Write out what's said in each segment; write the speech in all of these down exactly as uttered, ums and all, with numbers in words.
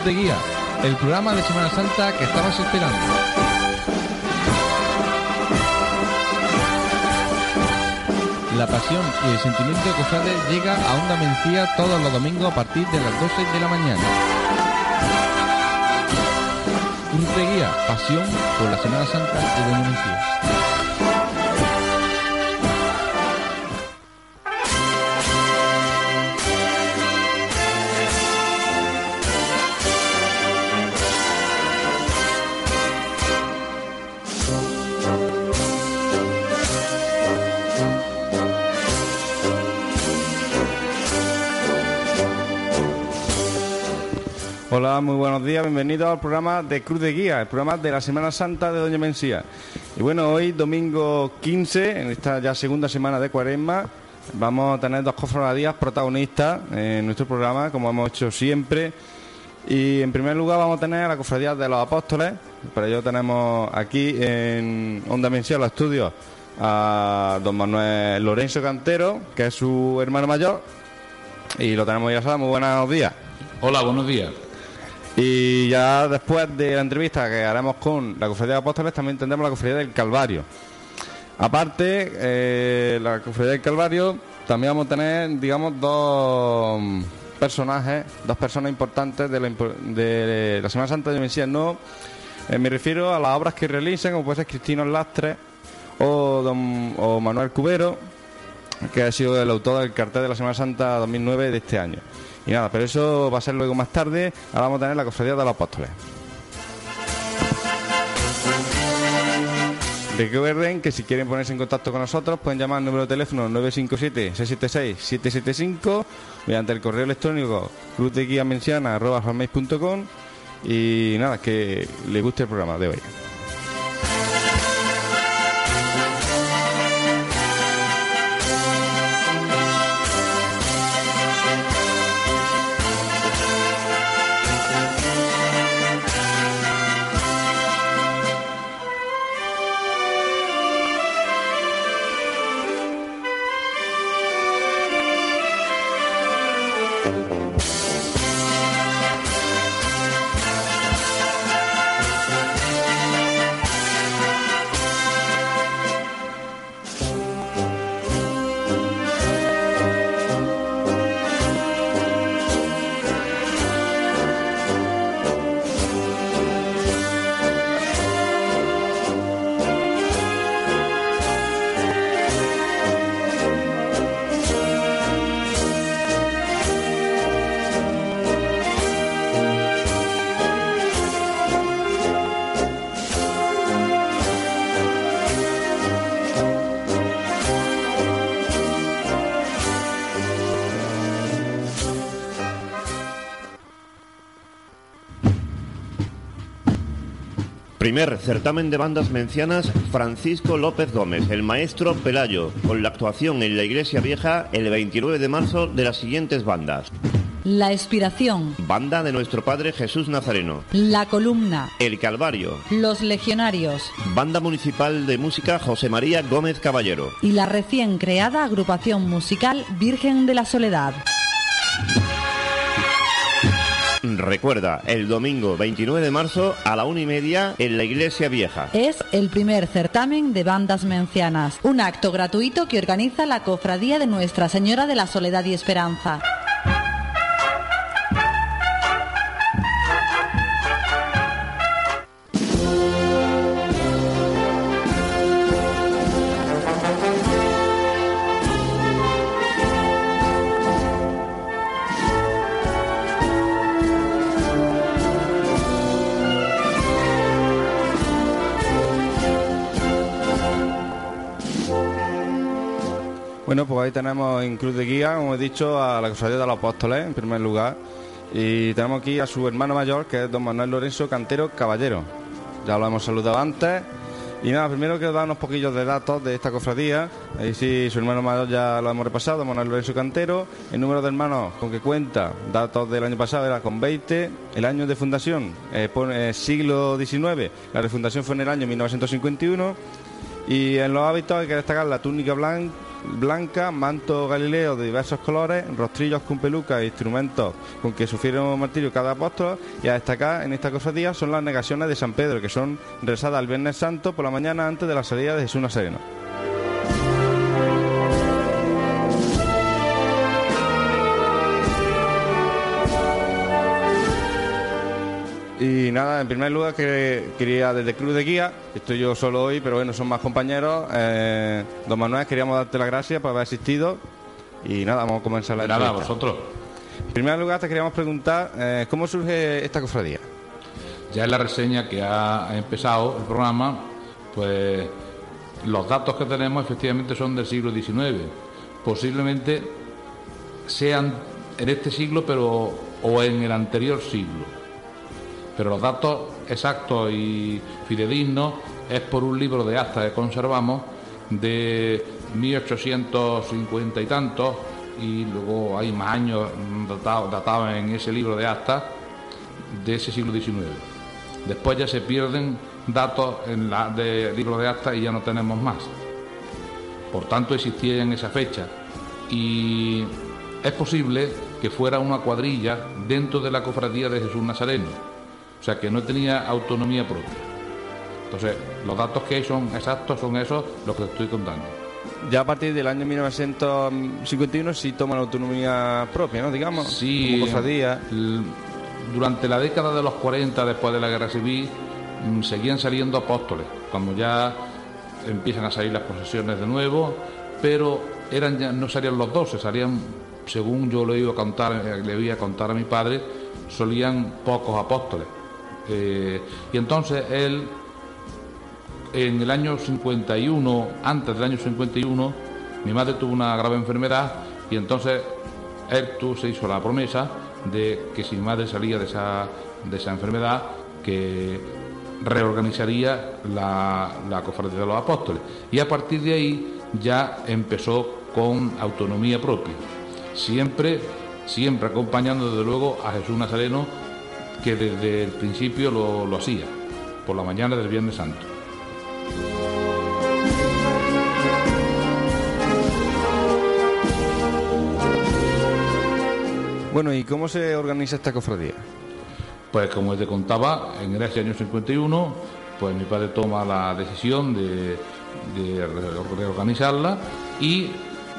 de Guía, el programa de Semana Santa que estabas esperando. La pasión y el sentimiento de cofrade llega a Onda Mencía todos los domingos a partir de las doce de la mañana. Cruz de Guía, pasión por la Semana Santa de Doña Mencía. Hola, muy buenos días, bienvenidos al programa de Cruz de Guía, el programa de la Semana Santa de Doña Mencía. Y bueno, hoy domingo quince, en esta ya segunda semana de Cuaresma, vamos a tener dos cofradías protagonistas en nuestro programa, como hemos hecho siempre. Y en primer lugar vamos a tener a la Cofradía de los Apóstoles. Para ello tenemos aquí en Onda Mencía, los estudios, a don Manuel Lorenzo Cantero, que es su hermano mayor, y lo tenemos ya sala. Muy buenos días. Hola, buenos días. Y ya después de la entrevista que haremos con la Cofradía de Apóstoles, también tendremos la Cofradía del Calvario. Aparte, eh, la Cofradía del Calvario, también vamos a tener, digamos, dos personajes, dos personas importantes de la, de la Semana Santa de Mencía. No, eh, me refiero a las obras que realicen, como puede ser Cristino Lastre o, don, o Manuel Cubero, que ha sido el autor del cartel de la Semana Santa dos mil nueve de este año. Y nada, pero eso va a ser luego más tarde. Ahora vamos a tener la Cofradía de los Apóstoles. Recuerden que si quieren ponerse en contacto con nosotros pueden llamar al número de teléfono nueve cinco siete, seis siete seis, siete siete cinco, mediante el correo electrónico cruzdeguiamenciana arroba hotmail punto com. Y nada, que les guste el programa de hoy. Primer certamen de bandas mencianas Francisco López Gómez, el maestro Pelayo, con la actuación en la Iglesia Vieja el veintinueve de marzo de las siguientes bandas: La Expiración, Banda de Nuestro Padre Jesús Nazareno, La Columna, El Calvario, Los Legionarios, Banda Municipal de Música José María Gómez Caballero y la recién creada agrupación musical Virgen de la Soledad. Recuerda, el domingo veintinueve de marzo a la una y media en la Iglesia Vieja. Es el primer certamen de bandas mencianas, un acto gratuito que organiza la Cofradía de Nuestra Señora de la Soledad y Esperanza. Bueno, pues ahí tenemos en Cruz de Guía, como he dicho, a la Cofradía de los Apóstoles, en primer lugar. Y tenemos aquí a su hermano mayor, que es don Manuel Lorenzo Cantero Caballero. Ya lo hemos saludado antes. Y nada, primero quiero dar unos poquillos de datos de esta cofradía. Ahí sí, su hermano mayor ya lo hemos repasado, don Manuel Lorenzo Cantero. El número de hermanos con que cuenta, datos del año pasado, era con veinte. El año de fundación, eh, pone siglo diecinueve. La refundación fue en el año mil novecientos cincuenta y uno. Y en los hábitos hay que destacar la túnica blanca, blanca, manto galileo de diversos colores, rostrillos con peluca e instrumentos con que sufrieron martirio cada apóstol. Y a destacar en esta cofradía son las negaciones de San Pedro, que son rezadas el Viernes Santo por la mañana antes de la salida de Jesús Nazareno. Y nada, en primer lugar que quería desde Cruz de Guía, estoy yo solo hoy, pero bueno, son más compañeros. Eh, don Manuel, queríamos darte las gracias por haber asistido. Y nada, vamos a comenzar la de entrevista. Nada, vosotros. En primer lugar te queríamos preguntar, eh, ¿cómo surge esta cofradía? Ya en la reseña que ha empezado el programa, pues los datos que tenemos efectivamente son del siglo diecinueve. Posiblemente sean en este siglo, pero o en el anterior siglo. Pero los datos exactos y fidedignos es por un libro de actas que conservamos de mil ochocientos cincuenta y tantos, y luego hay más años datados, datados en ese libro de actas de ese siglo diecinueve. Después ya se pierden datos en la de libro de actas y ya no tenemos más. Por tanto, existía en esa fecha, y es posible que fuera una cuadrilla dentro de la cofradía de Jesús Nazareno. O sea, que no tenía autonomía propia. Entonces, los datos que hay son exactos, son esos los que te estoy contando. Ya a partir del año mil novecientos cincuenta y uno sí toman autonomía propia, ¿no? Digamos, sí, como cofradía. Durante la década de los cuarenta, después de la Guerra Civil, seguían saliendo apóstoles, cuando ya empiezan a salir las procesiones de nuevo, pero eran ya, no salían los doce, salían, según yo le iba a contar, le iba a contar a mi padre, solían pocos apóstoles. Eh, y entonces él, en el año cincuenta y uno, antes del año cincuenta y uno, mi madre tuvo una grave enfermedad, y entonces él tú, se hizo la promesa de que si mi madre salía de esa, de esa enfermedad, que reorganizaría la, la cofradía de los apóstoles. Y a partir de ahí ya empezó con autonomía propia, siempre, siempre acompañando desde luego a Jesús Nazareno, que desde el principio lo, lo hacía, por la mañana del Viernes Santo. Bueno, ¿y cómo se organiza esta cofradía? Pues como te contaba, en ese año cincuenta y uno, pues mi padre toma la decisión de, de reorganizarla, y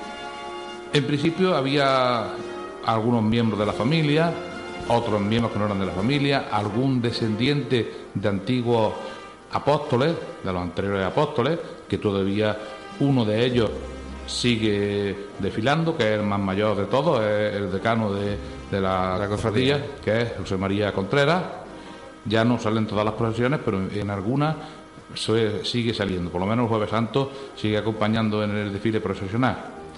en principio había algunos miembros de la familia, otros miembros que no eran de la familia, algún descendiente de antiguos apóstoles, de los anteriores apóstoles, que todavía uno de ellos sigue desfilando, que es el más mayor de todos, es el decano de, de la, la cofradía, que es José María Contreras. Ya no salen todas las procesiones, pero en algunas sigue saliendo, por lo menos el Jueves Santo sigue acompañando en el desfile procesional.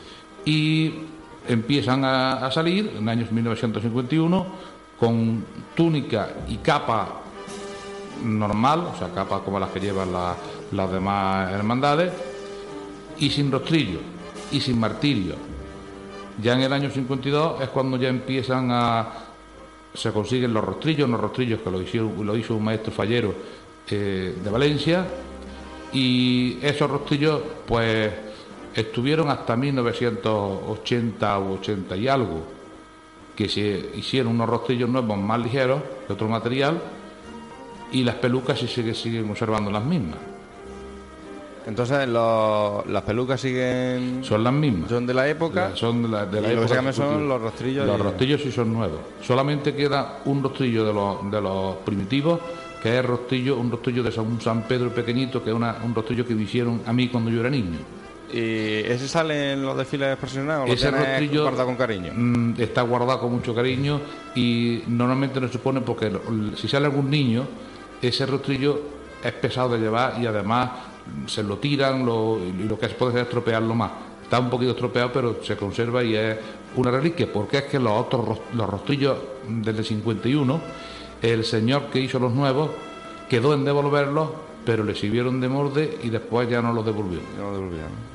Y empiezan a, a salir en años mil novecientos cincuenta y uno con túnica y capa normal, o sea, capa como las que llevan la, las demás hermandades, y sin rostrillo y sin martirio. Ya en el año cincuenta y dos es cuando ya empiezan a se consiguen los rostrillos, unos rostrillos que lo hizo, lo hizo un maestro fallero eh, de Valencia, y esos rostrillos pues estuvieron hasta mil novecientos ochenta o ochenta y algo, que se hicieron unos rostrillos nuevos más ligeros, de otro material, y las pelucas sí siguen, siguen conservando las mismas. Entonces los, las pelucas siguen... Son las mismas. Son de la época. La, son de la, de la y época. Lo que se son los rostrillos. Los y... rostrillos sí son nuevos. Solamente queda un rostrillo de los, de los primitivos, que es rostrillo, un rostrillo de un San Pedro pequeñito, que es una, un rostrillo que me hicieron a mí cuando yo era niño. ¿Y ese sale en los desfiles profesionales? Ese rostrillo guardado con cariño. Mmm, está guardado con mucho cariño, y normalmente no se pone porque si sale algún niño, ese rostrillo es pesado de llevar, y además se lo tiran lo, y lo que se puede hacer es estropearlo más. Está un poquito estropeado, pero se conserva y es una reliquia, porque es que los otros los rostrillos desde cincuenta y uno, el señor que hizo los nuevos quedó en devolverlos, pero le sirvieron de molde y después ya no los devolvió. No los devolvió, ¿no?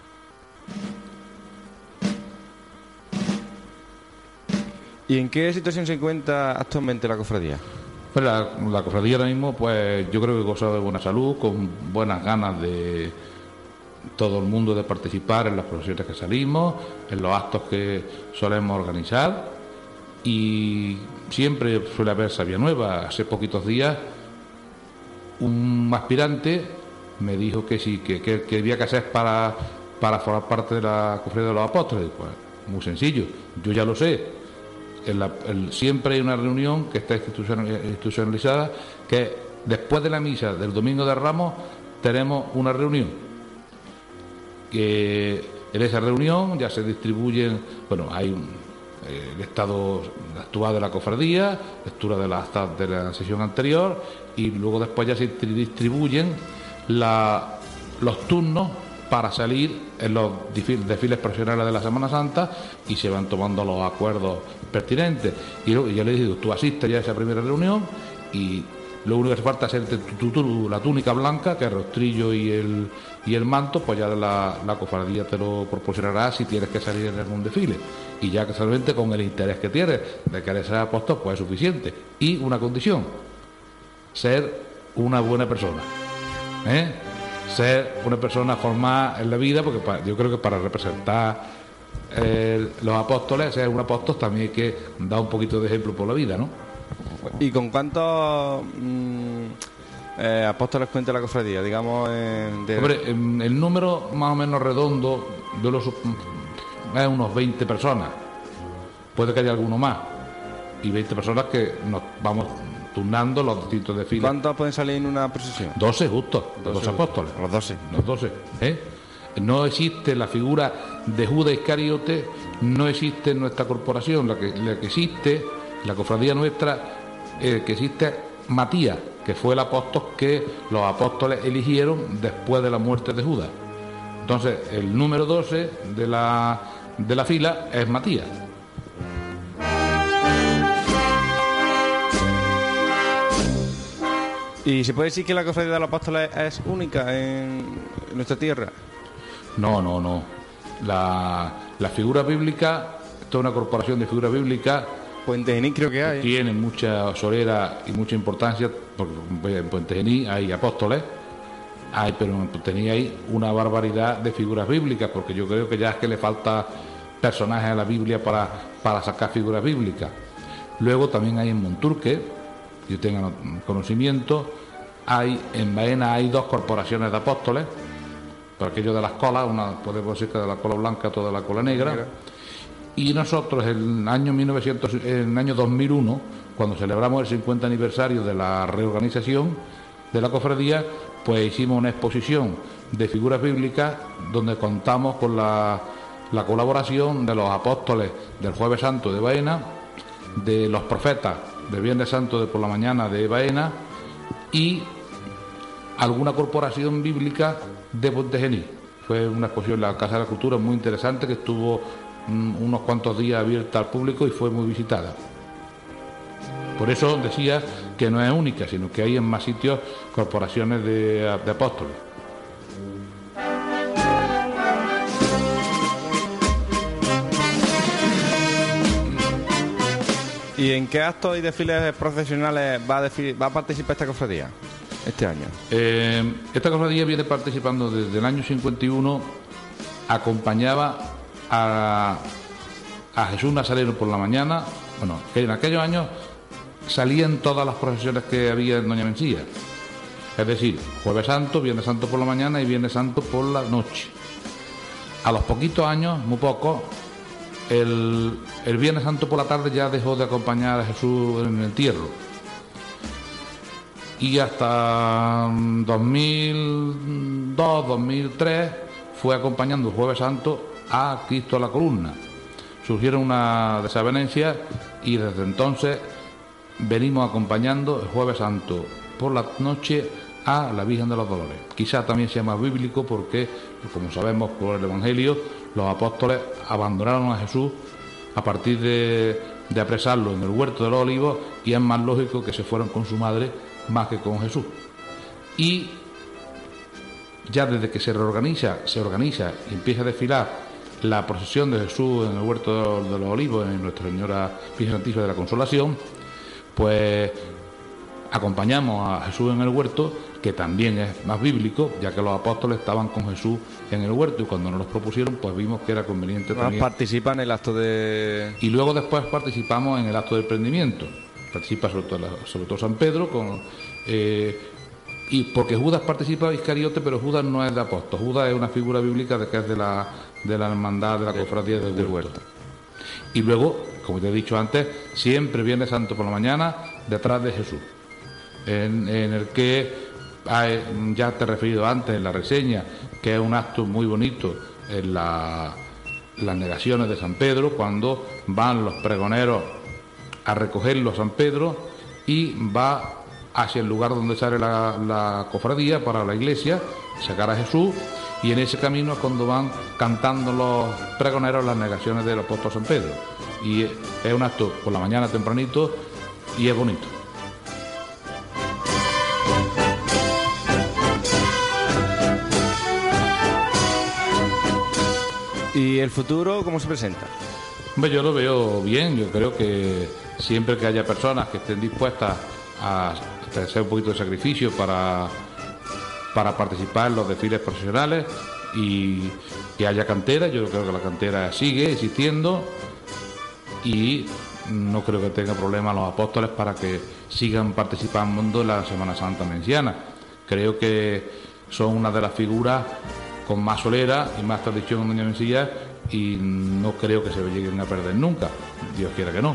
¿Y en qué situación se encuentra actualmente la cofradía? Pues la, la cofradía ahora mismo, pues yo creo que goza de buena salud, con buenas ganas de, todo el mundo de participar en las procesiones que salimos, en los actos que solemos organizar, y siempre suele haber sabia nueva. Hace poquitos días un aspirante me dijo que sí, que, que, que había que hacer para, para formar parte de la Cofradía de los Apóstoles. Pues muy sencillo, yo ya lo sé. En la, el, siempre hay una reunión que está institucionalizada, que después de la misa del Domingo de Ramos tenemos una reunión, que en esa reunión ya se distribuyen, bueno, hay un, eh, el estado actual de la cofradía, lectura de la acta de la sesión anterior, y luego después ya se distribuyen la, los turnos para salir en los desfiles profesionales de la Semana Santa, y se van tomando los acuerdos pertinentes. Y luego, ya le digo, tú asistes ya a esa primera reunión, y lo único que hace falta es hacerte tu, tu, tu, la túnica blanca, que es el rostrillo y el, y el manto, pues ya la, la cofradía te lo proporcionará si tienes que salir en algún desfile. Y ya que solamente con el interés que tienes de querer ser apóstol, pues es suficiente. Y una condición: ser una buena persona, ¿eh? Ser una persona formada en la vida, porque para, yo creo que para representar eh, los apóstoles, ser un apóstol, también hay que dar un poquito de ejemplo por la vida, ¿no? ¿Y con cuántos mmm, eh, apóstoles cuenta la cofradía? Digamos, eh, de... Hombre, el número más o menos redondo yo lo es unos veinte personas. Puede que haya alguno más. Y veinte personas que nos vamos turnando los distintos desfiles. ¿Cuántos pueden salir en una procesión? doce, justo, los dos apóstoles. Los doce. Los doce, ¿eh? No existe la figura de Judas Iscariote, no existe en nuestra corporación. La que, la que existe, la cofradía nuestra, eh, que existe Matías, que fue el apóstol que los apóstoles eligieron después de la muerte de Judas. Entonces, el número doce de la, de la fila es Matías. ¿Y se puede decir que la cofradía de los apóstoles es única en, en nuestra tierra? No, no, no. La, la figura bíblica, toda una corporación de figuras bíblicas, Puente Genil creo que hay. Tiene mucha solera y mucha importancia, porque en Puente Genil hay apóstoles, hay, pero en Puente Genil hay una barbaridad de figuras bíblicas, porque yo creo que ya es que le falta personajes a la Biblia para, para sacar figuras bíblicas. Luego también hay en Monturque, yo tengo conocimiento, hay en Baena hay dos corporaciones de apóstoles, por aquello de las colas, una podemos decir que de la cola blanca, toda la cola negra. negra. Y nosotros en el año mil novecientos, en el año dos mil uno, cuando celebramos el cincuenta aniversario de la reorganización de la cofradía, pues hicimos una exposición de figuras bíblicas donde contamos con la, la colaboración de los apóstoles del Jueves Santo de Baena, de los profetas del Viernes Santo de por la mañana de Baena y alguna corporación bíblica de Puente Genil. Fue una exposición en la Casa de la Cultura muy interesante, que estuvo unos cuantos días abierta al público y fue muy visitada. Por eso decía que no es única, sino que hay en más sitios corporaciones de, de apóstoles. ¿Y en qué actos y desfiles procesionales va a, desfilar, va a participar esta cofradía este año? Eh, esta cofradía viene participando desde el año cincuenta y uno, acompañaba A, a Jesús Nazareno por la mañana. Bueno, que en aquellos años salían todas las procesiones que había en Doña Mencía, es decir, Jueves Santo, Viernes Santo por la mañana y Viernes Santo por la noche. A los poquitos años, muy pocos, el, el Viernes Santo por la tarde ya dejó de acompañar a Jesús en el entierro, y hasta dos mil dos, dos mil tres fue acompañando el Jueves Santo a Cristo a la columna. Surgieron una desavenencia y desde entonces venimos acompañando el Jueves Santo por la noche a la Virgen de los Dolores. Quizá también sea más bíblico porque, como sabemos por el Evangelio, los apóstoles abandonaron a Jesús a partir de, de apresarlo en el huerto de los Olivos, y es más lógico que se fueran con su madre más que con Jesús. Y ya desde que se reorganiza, se organiza y empieza a desfilar la procesión de Jesús en el huerto de los Olivos, en Nuestra Señora Virgen Santísima de la Consolación, pues acompañamos a Jesús en el huerto, que también es más bíblico, ya que los apóstoles estaban con Jesús en el huerto y cuando nos los propusieron, pues vimos que era conveniente también. Participa en el acto de... Y luego después participamos en el acto del prendimiento. Participa sobre todo, sobre todo San Pedro, con, eh, y porque Judas participa Iscariote, pero Judas no es de apóstol. Judas es una figura bíblica de que es de la, de la hermandad, de la cofradía del huerto. huerto. Y luego, como te he dicho antes, siempre Viernes Santo por la mañana, detrás de Jesús, en, en el que hay, ya te he referido antes en la reseña, que es un acto muy bonito en la, las negaciones de San Pedro, cuando van los pregoneros a recogerlo a San Pedro y va hacia el lugar donde sale la, la cofradía para la iglesia, sacar a Jesús, y en ese camino es cuando van cantando los pregoneros las negaciones del apóstol San Pedro. Y es un acto por la mañana tempranito y es bonito. ¿Y el futuro cómo se presenta? Hombre, yo lo veo bien. Yo creo que siempre que haya personas que estén dispuestas a hacer un poquito de sacrificio para, para participar en los desfiles profesionales y que haya cantera, yo creo que la cantera sigue existiendo y no creo que tenga problemas los apóstoles para que sigan participando en la Semana Santa menciana. Creo que son una de las figuras con más solera y más tradición en Doña Mencía y no creo que se lleguen a perder nunca, Dios quiera que no.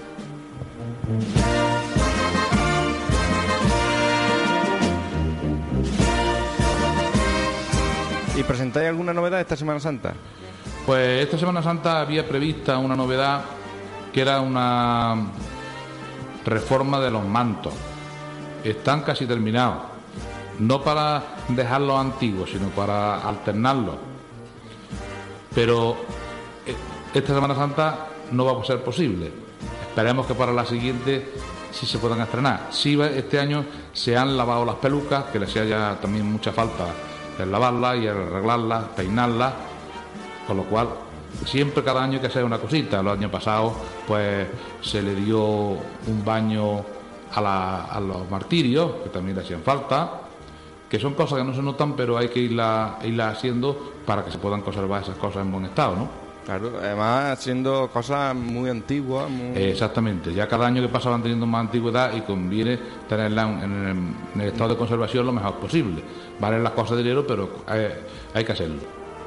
¿Y presentáis alguna novedad esta Semana Santa? Pues esta Semana Santa había prevista una novedad que era una reforma de los mantos. Están casi terminados, no para dejarlos antiguos, sino para alternarlos. Pero esta Semana Santa no va a ser posible. Esperemos que para la siguiente sí se puedan estrenar. Sí, este año se han lavado las pelucas, que les haya también mucha falta el lavarlas y el arreglarlas, peinarlas, con lo cual siempre cada año hay que hacer una cosita. El año pasado pues se le dio un baño a, la, a los martirios, que también le hacían falta, que son cosas que no se notan, pero hay que irla, irla haciendo para que se puedan conservar esas cosas en buen estado, ¿no? Claro, además haciendo cosas muy antiguas. Muy... Eh, exactamente, ya cada año que pasa van teniendo más antigüedad y conviene tenerla en, en, el, en el estado de conservación lo mejor posible. Valen las cosas de dinero, pero hay, hay que hacerlo.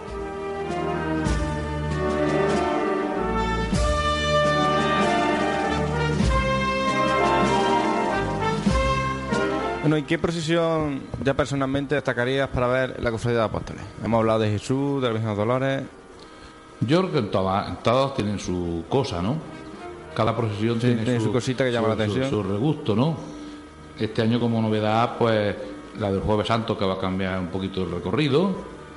Bueno, ¿y qué procesión ya personalmente destacarías para ver la Cofradía de Apóstoles? Hemos hablado de Jesús, de la Virgen de los Dolores. Yo creo que en todas, en todas tienen su cosa, ¿no? Cada procesión sí, tiene, tiene su, su cosita que llama su, la atención. Su, su regusto, ¿no? Este año como novedad, pues la del Jueves Santo, que va a cambiar un poquito el recorrido,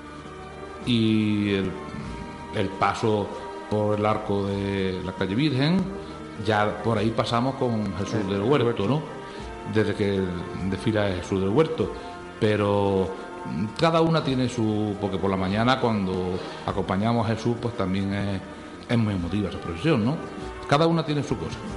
y el, el paso por el arco de la calle Virgen. Ya por ahí pasamos con Jesús el, del Huerto, huerto, ¿no? Desde que desfila Jesús del Huerto, pero cada una tiene su... porque por la mañana cuando acompañamos a Jesús pues también es, es muy emotiva esa procesión, ¿no? Cada una tiene su cosa.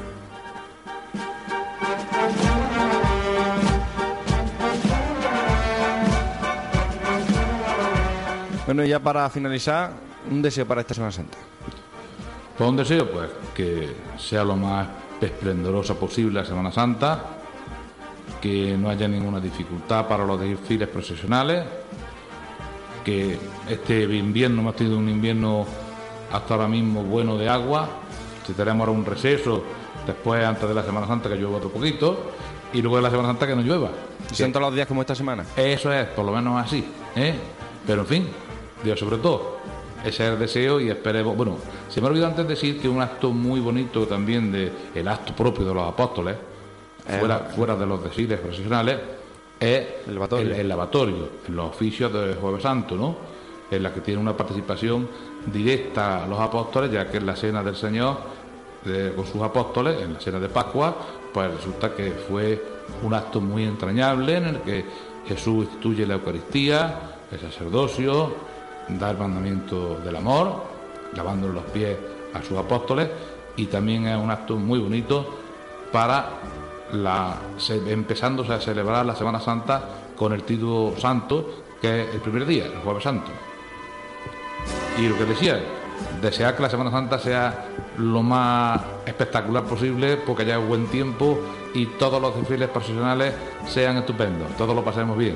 Bueno, y ya para finalizar, un deseo para esta Semana Santa. Pues un deseo, pues que sea lo más esplendorosa posible la Semana Santa, que no haya ninguna dificultad para los desfiles procesionales, que este invierno hemos tenido un invierno hasta ahora mismo bueno de agua, si tenemos ahora un receso después antes de la Semana Santa que llueva otro poquito y luego de la Semana Santa que no llueva. ¿Son todos los días como esta semana? Eso es, por lo menos así, ¿eh? Pero en fin, Dios sobre todo, ese es el deseo y esperemos. Bueno, se me ha olvidado antes decir que un acto muy bonito también de el acto propio de los apóstoles, Fuera, fuera de los desfiles profesionales, es el lavatorio. El, el lavatorio, en los oficios del Jueves Santo, ¿no? En la que tiene una participación directa a los apóstoles, ya que en la cena del Señor de, con sus apóstoles, en la cena de Pascua, pues resulta que fue un acto muy entrañable en el que Jesús instituye la Eucaristía, el sacerdocio, da el mandamiento del amor, lavándole los pies a sus apóstoles, y también es un acto muy bonito para la, se, empezándose a celebrar la Semana Santa con el Triduo Santo, que es el primer día, el Jueves Santo. Y lo que decía, desear que la Semana Santa sea lo más espectacular posible, porque haya buen tiempo y todos los desfiles profesionales sean estupendos, todos lo pasemos bien.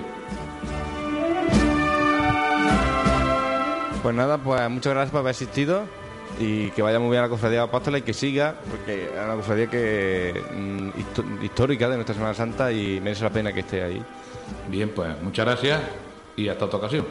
Pues nada, pues muchas gracias por haber asistido y que vaya muy bien a la Cofradía de Apóstoles y que siga, porque es una cofradía que mm, histórica de nuestra Semana Santa y merece la pena que esté ahí. Bien, pues muchas gracias y hasta otra ocasión.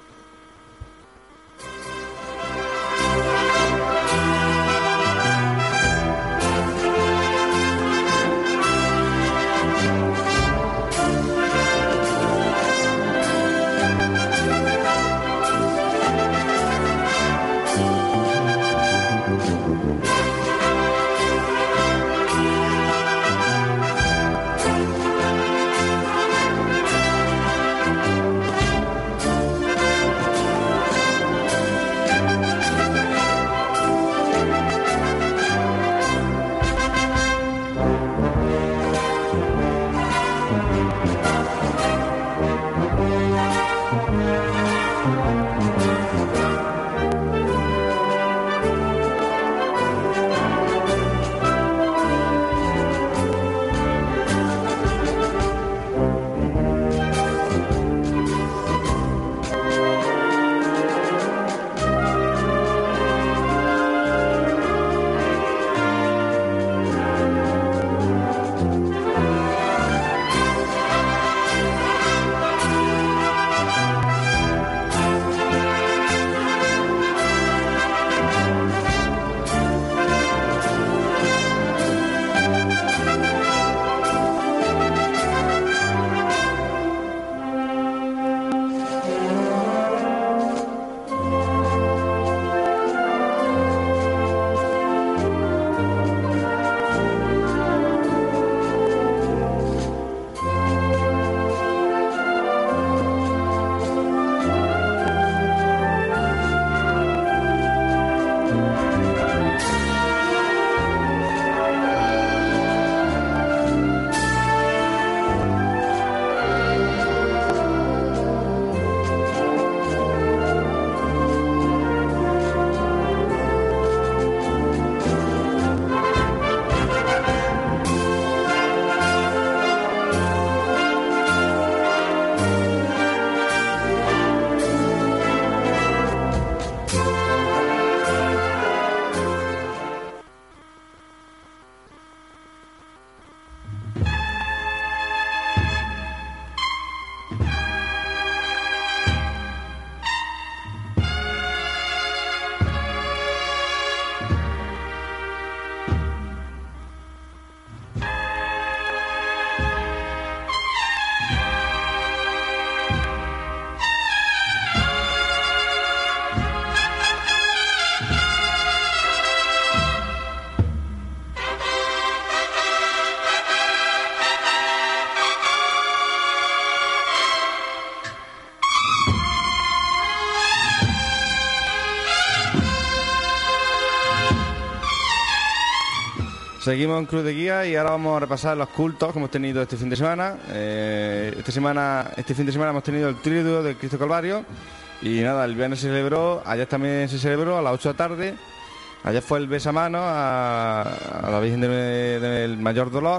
Seguimos en Cruz de Guía y ahora vamos a repasar los cultos que hemos tenido este fin de semana. Eh, este semana. Este fin de semana hemos tenido el Triduo del Cristo Calvario. Y nada, el viernes se celebró, ayer también se celebró a las ocho de la tarde. Ayer fue el besamano a, a la Virgen del de, de Mayor Dolor.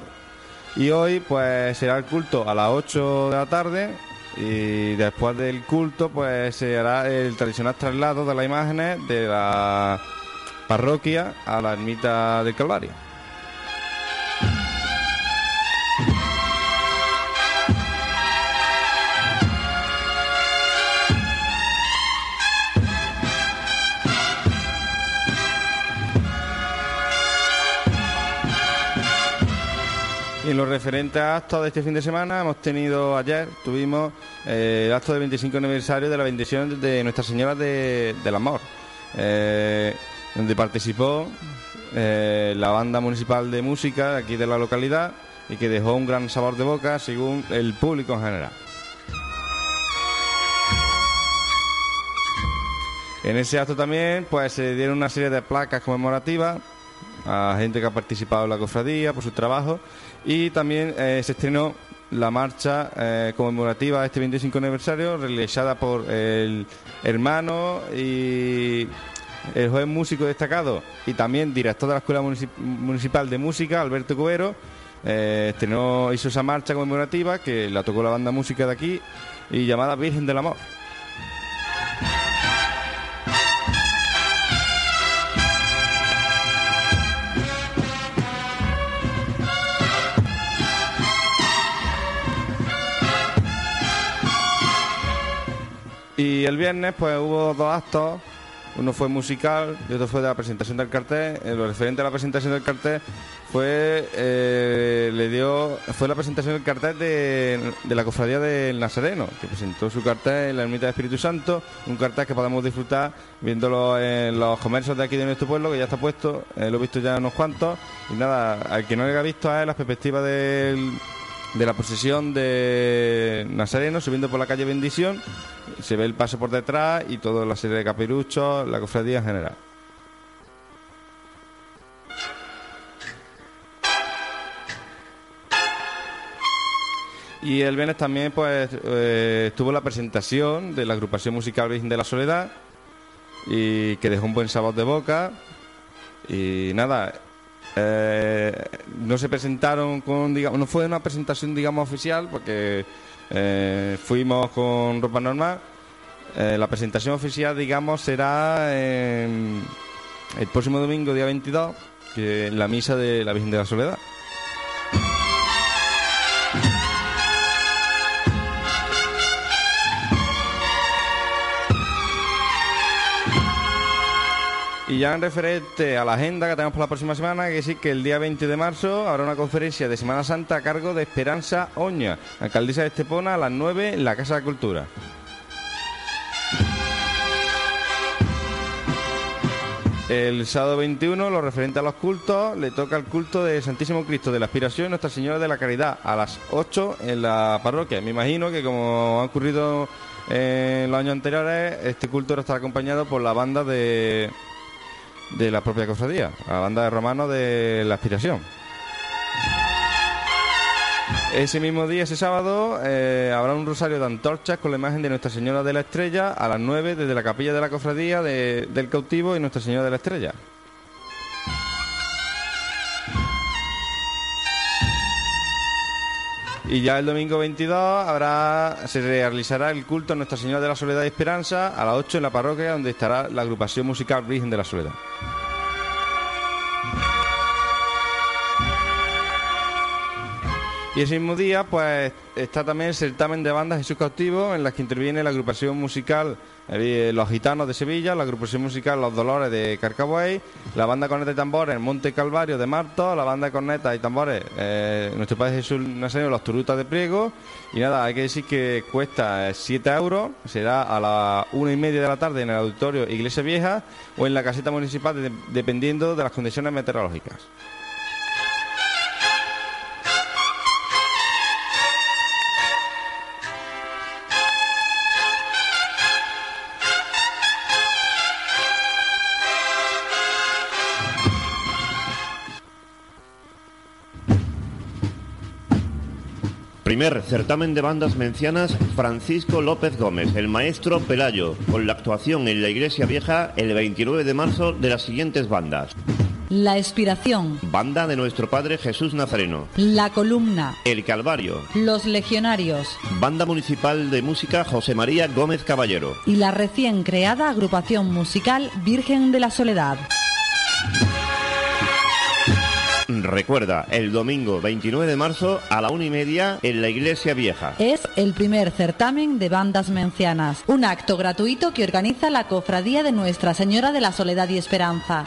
Y hoy pues será el culto a las ocho de la tarde. Y después del culto pues se hará el tradicional traslado de las imágenes de la parroquia a la ermita del Calvario. Y en lo referente a actos de este fin de semana, hemos tenido ayer, tuvimos eh, el acto del veinticinco aniversario de la bendición de Nuestra Señora de, del Amor, eh, donde participó eh, la banda municipal de música de aquí de la localidad y que dejó un gran sabor de boca según el público en general. En ese acto también pues se dieron una serie de placas conmemorativas a gente que ha participado en la cofradía por su trabajo, y también eh, se estrenó la marcha eh, conmemorativa a este veinticinco aniversario, realizada por el hermano y el juez músico destacado y también director de la Escuela Municip- Municipal de Música, Alberto Cubero. Eh, estrenó, hizo esa marcha conmemorativa que la tocó la banda música de aquí y llamada Virgen del Amor. Y el viernes pues hubo dos actos, uno fue musical y otro fue de la presentación del cartel. En lo referente a la presentación del cartel fue eh, le dio fue la presentación del cartel de, de la Cofradía del Nazareno, que presentó su cartel en la Ermita del Espíritu Santo, un cartel que podemos disfrutar viéndolo en los comercios de aquí de nuestro pueblo, que ya está puesto, eh, lo he visto ya unos cuantos, y nada, al que no lo haya visto es las perspectivas del de la procesión de Nazareno subiendo por la calle Bendición. Se ve el paso por detrás y toda la serie de caperuchos, la cofradía en general. Y el viernes también pues eh, estuvo la presentación de la agrupación musical Virgen de la Soledad, y que dejó un buen sabor de boca. Y nada, Eh, no se presentaron con, digamos, no fue una presentación, digamos, oficial, porque eh, fuimos con ropa normal. Eh, la presentación oficial, digamos, será en el próximo domingo, día veintidós, que en la misa de la Virgen de la Soledad. Y ya en referente a la agenda que tenemos por la próxima semana, que sí que el día veinte de marzo habrá una conferencia de Semana Santa a cargo de Esperanza Oña, alcaldesa de Estepona, a las nueve en la Casa de Cultura. El sábado veintiuno, lo referente a los cultos, le toca el culto de Santísimo Cristo de la Aspiración y Nuestra Señora de la Caridad a las ocho en la parroquia. Me imagino que, como ha ocurrido en los años anteriores, este culto estará acompañado por la banda de... de la propia cofradía, la banda de romanos de la Aspiración. Ese mismo día, ese sábado, eh, habrá un rosario de antorchas con la imagen de Nuestra Señora de la Estrella a las nueve desde la capilla de la cofradía de, del Cautivo y Nuestra Señora de la Estrella. Y ya el domingo veintidós habrá, se realizará el culto a Nuestra Señora de la Soledad y Esperanza a las ocho en la parroquia, donde estará la agrupación musical Virgen de la Soledad. Y ese mismo día pues está también el certamen de bandas Jesús Cautivo, en las que interviene la agrupación musical eh, Los Gitanos de Sevilla, la agrupación musical Los Dolores de Carcabuey, la banda corneta y tambores Monte Calvario de Marto, la banda de cornetas y tambores eh, Nuestro Padre Jesús Nazareno, Los Turutas de Priego. Y nada, hay que decir que cuesta siete euros, será a las una y media de la tarde en el auditorio Iglesia Vieja o en la caseta municipal, de, dependiendo de las condiciones meteorológicas. Primer certamen de bandas mencianas Francisco López Gómez, el maestro Pelayo, con la actuación en la Iglesia Vieja el veintinueve de marzo de las siguientes bandas: La Expiración, banda de Nuestro Padre Jesús Nazareno, La Columna, El Calvario, Los Legionarios, banda municipal de música José María Gómez Caballero y la recién creada agrupación musical Virgen de la Soledad. Recuerda, el domingo veintinueve de marzo a la una y media en la Iglesia Vieja. Es el primer certamen de bandas mencianas, un acto gratuito que organiza la Cofradía de Nuestra Señora de la Soledad y Esperanza.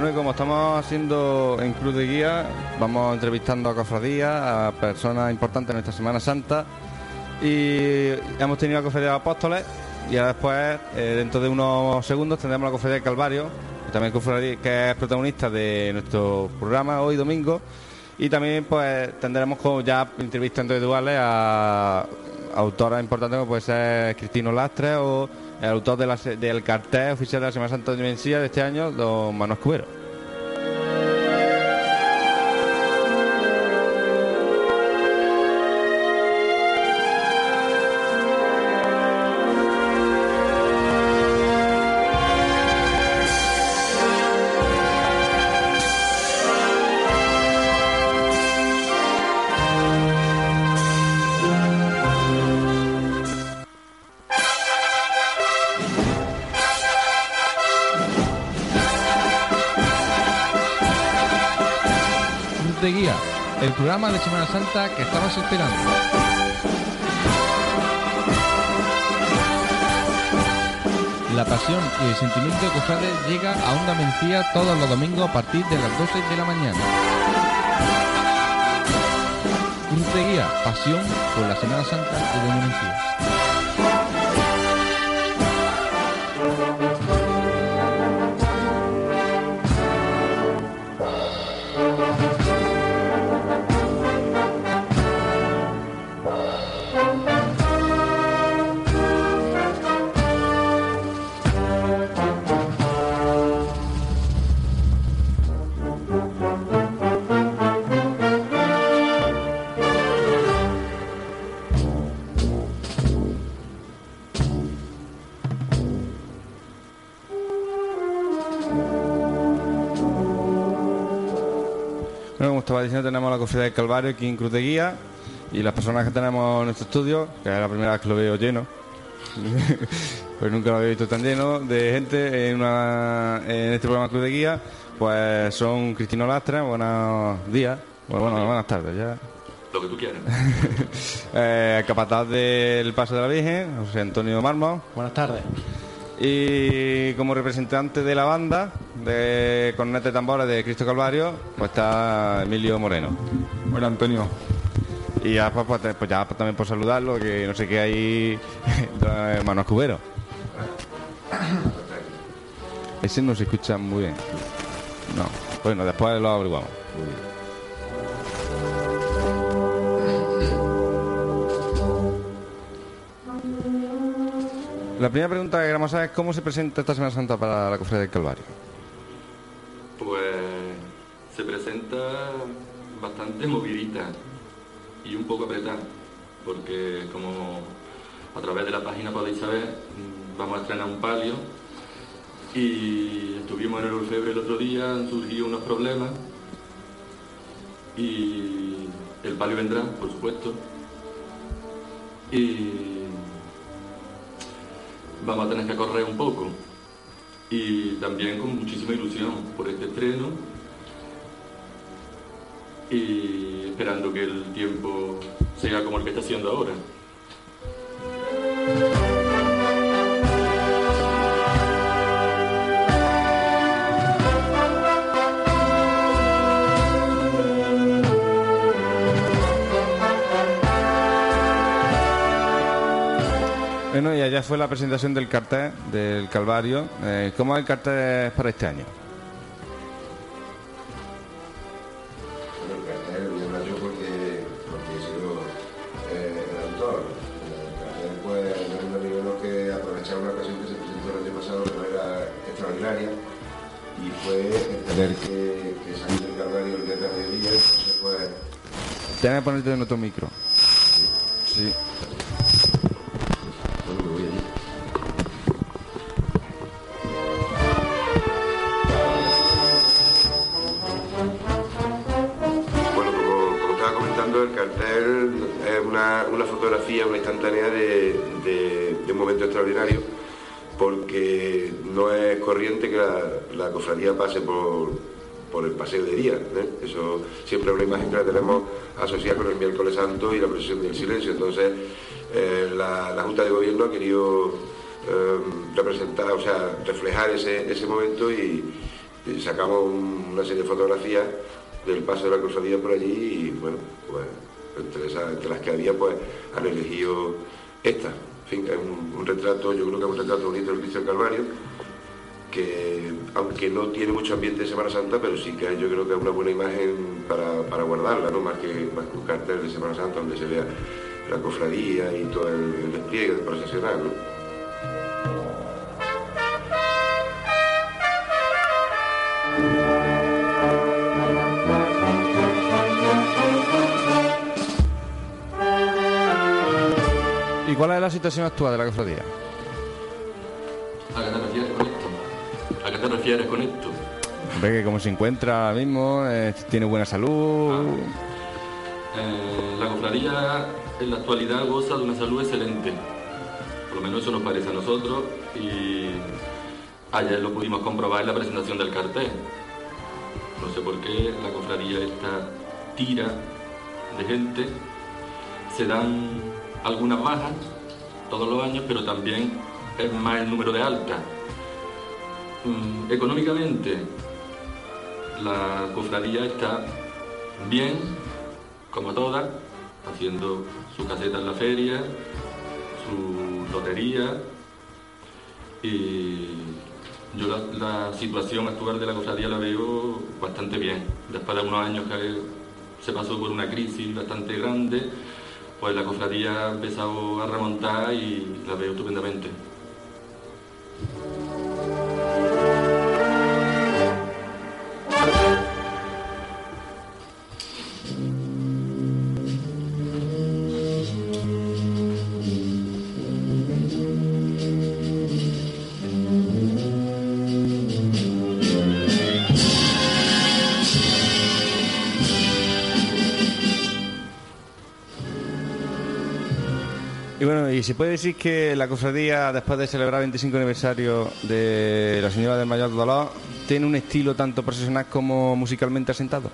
Bueno, y como estamos haciendo en Cruz de Guía, vamos entrevistando a cofradías, a personas importantes en nuestra Semana Santa, y hemos tenido la Cofradía de Apóstoles, y ahora después, eh, dentro de unos segundos, tendremos la Cofradía del Calvario, que también cofradía, que es protagonista de nuestro programa hoy domingo, y también pues tendremos como ya entrevistas individuales a autoras importantes como puede ser Cristino Lastre o el autor de la, del cartel oficial de la Semana Santa de Mencía de este año, don Manuel Cubero. De Guía, el programa de Semana Santa que estabas esperando. La pasión y el sentimiento de cofrade llega a Onda Mencía todos los domingos a partir de las doce de la mañana. Cruz de Guía, pasión por la Semana Santa de Doña Mencía. Bueno, como estaba diciendo, tenemos la Cofradía del Calvario aquí en Cruz de Guía, y las personas que tenemos en nuestro estudio, que es la primera vez que lo veo lleno, pues nunca lo había visto tan lleno de gente en, una, en este programa Cruz de Guía, pues son Cristino Lastre, buenos días, bueno, bueno, buenas tardes ya. Lo que tú quieras. eh, el capataz del Paso de la Virgen, José Antonio Marmos. Buenas tardes. Y como representante de la banda de cornetas y tambores de Cristo Calvario, pues está Emilio Moreno. Hola, Antonio. Y ya, pues, pues, pues ya pues, también por saludarlo, que no sé qué hay, Manuel Cubero. Ese no se escucha muy bien. No, bueno, después lo averiguamos. La primera pregunta que queremos saber es cómo se presenta esta Semana Santa para la Cofradía del Calvario. Pues se presenta bastante movidita y un poco apretada, porque como a través de la página podéis saber, vamos a estrenar un palio y estuvimos en el orfebre el otro día, han surgido unos problemas y el palio vendrá, por supuesto, y vamos a tener que correr un poco, y también con muchísima ilusión por este estreno y esperando que el tiempo sea como el que está haciendo ahora. Bueno, y allá fue la presentación del cartel del Calvario. Eh, ¿Cómo es el cartel para este año? Bueno, el cartel voy a hablar yo porque, porque he sido eh, el autor. El cartel, pues, no es un amigo que aprovechar una ocasión que se presentó el año pasado de manera extraordinaria, y fue el tener que, que salir del Calvario el día de mediodía. Entonces, pues... Tienes que ponerte en otro micro. Sí. Sí. Bueno, me voy allí. Bueno, como, como estaba comentando, el cartel es una, una fotografía, una instantánea de, de, de un momento extraordinario, porque no es corriente que la, la cofradía pase por, por el paseo de día, ¿eh? Eso siempre es una imagen que la tenemos asociada con el miércoles santo y la procesión del silencio. Entonces eh, la, la Junta de Gobierno ha querido eh, representar, o sea, reflejar ese, ese momento, y, y sacamos un- una serie de fotografías del paso de la cofradía por allí y bueno, pues entre, esas, entre las que había pues han elegido esta. En fin, es un, un retrato, yo creo que es un retrato bonito del Cristo del Calvario, que aunque no tiene mucho ambiente de Semana Santa, pero sí que yo creo que es una buena imagen para, para guardarla, ¿no? Más que, más que un cartel de Semana Santa donde se vea la cofradía y todo el, el despliegue procesional, ¿no? ¿Y cuál es la situación actual de la cofradía? ¿A qué te refieres con esto? ¿A qué te refieres con esto? Ve que cómo se encuentra ahora mismo, eh, tiene buena salud. Eh, la cofradía en la actualidad goza de una salud excelente. Por lo menos eso nos parece a nosotros y ayer lo pudimos comprobar en la presentación del cartel. No sé por qué la cofradía esta tira de gente. Se dan algunas bajas todos los años, pero también es más el número de altas. Mm, económicamente, la cofradía está bien, como todas, haciendo su caseta en la feria, su lotería, y yo la, la situación actual de la cofradía la veo bastante bien. Después de unos años que se pasó por una crisis bastante grande, pues la cofradía ha empezado a remontar y la veo estupendamente. Y bueno, y se puede decir que la cofradía, después de celebrar el veinticinco aniversario de la Señora del Mayor Dolor, tiene un estilo tanto profesional como musicalmente asentado.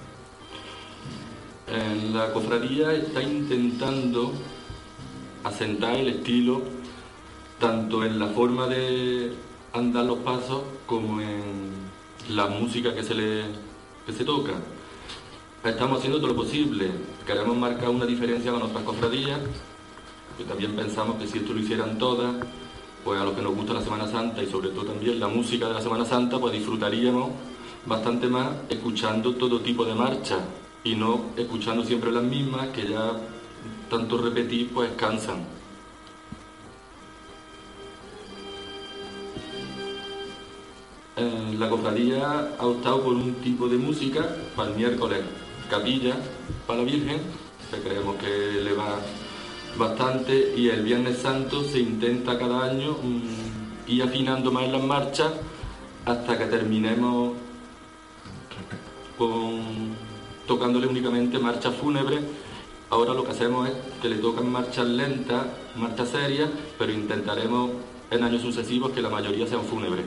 Eh, la cofradía está intentando asentar el estilo tanto en la forma de andar los pasos como en la música que se le que se toca. Estamos haciendo todo lo posible. Queremos marcar una diferencia con otras cofradías, que también pensamos que si esto lo hicieran todas, pues a los que nos gusta la Semana Santa y sobre todo también la música de la Semana Santa, pues disfrutaríamos bastante más escuchando todo tipo de marchas y no escuchando siempre las mismas, que ya tanto repetir pues cansan. Eh, la cofradía ha optado por un tipo de música para el miércoles, capilla para la Virgen, que creemos que le va bastante, y el Viernes Santo se intenta cada año mmm, ir afinando más las marchas hasta que terminemos con, tocándole únicamente marchas fúnebres. Ahora lo que hacemos es que le tocan marchas lentas, marchas serias, pero intentaremos en años sucesivos que la mayoría sean fúnebres.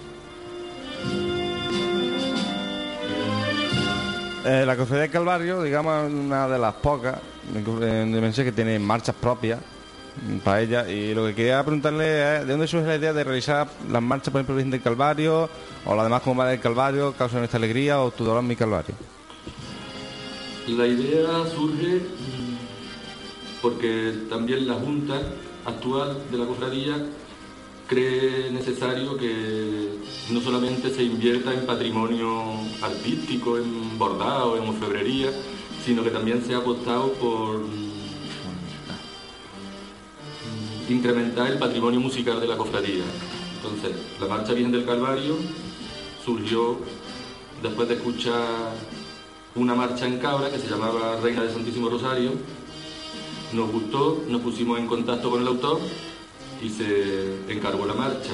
Eh, la Cofradía del Calvario, digamos, es una de las pocas dimensiones que tiene marchas propias para ella, y lo que quería preguntarle es ¿de dónde surge la idea de realizar las marchas, por ejemplo, Virgen del Calvario, o las demás como Madre del Calvario, Causa de Nuestra Alegría, o Tu Dolor, Mi Calvario? La idea surge porque también la Junta actual de la cofradía cree necesario que no solamente se invierta en patrimonio artístico, en bordado, en orfebrería, sino que también se ha apostado por incrementar el patrimonio musical de la cofradía. Entonces, la Marcha Virgen del Calvario surgió después de escuchar una marcha en Cabra que se llamaba Reina del Santísimo Rosario. Nos gustó, nos pusimos en contacto con el autor y se encargó la marcha.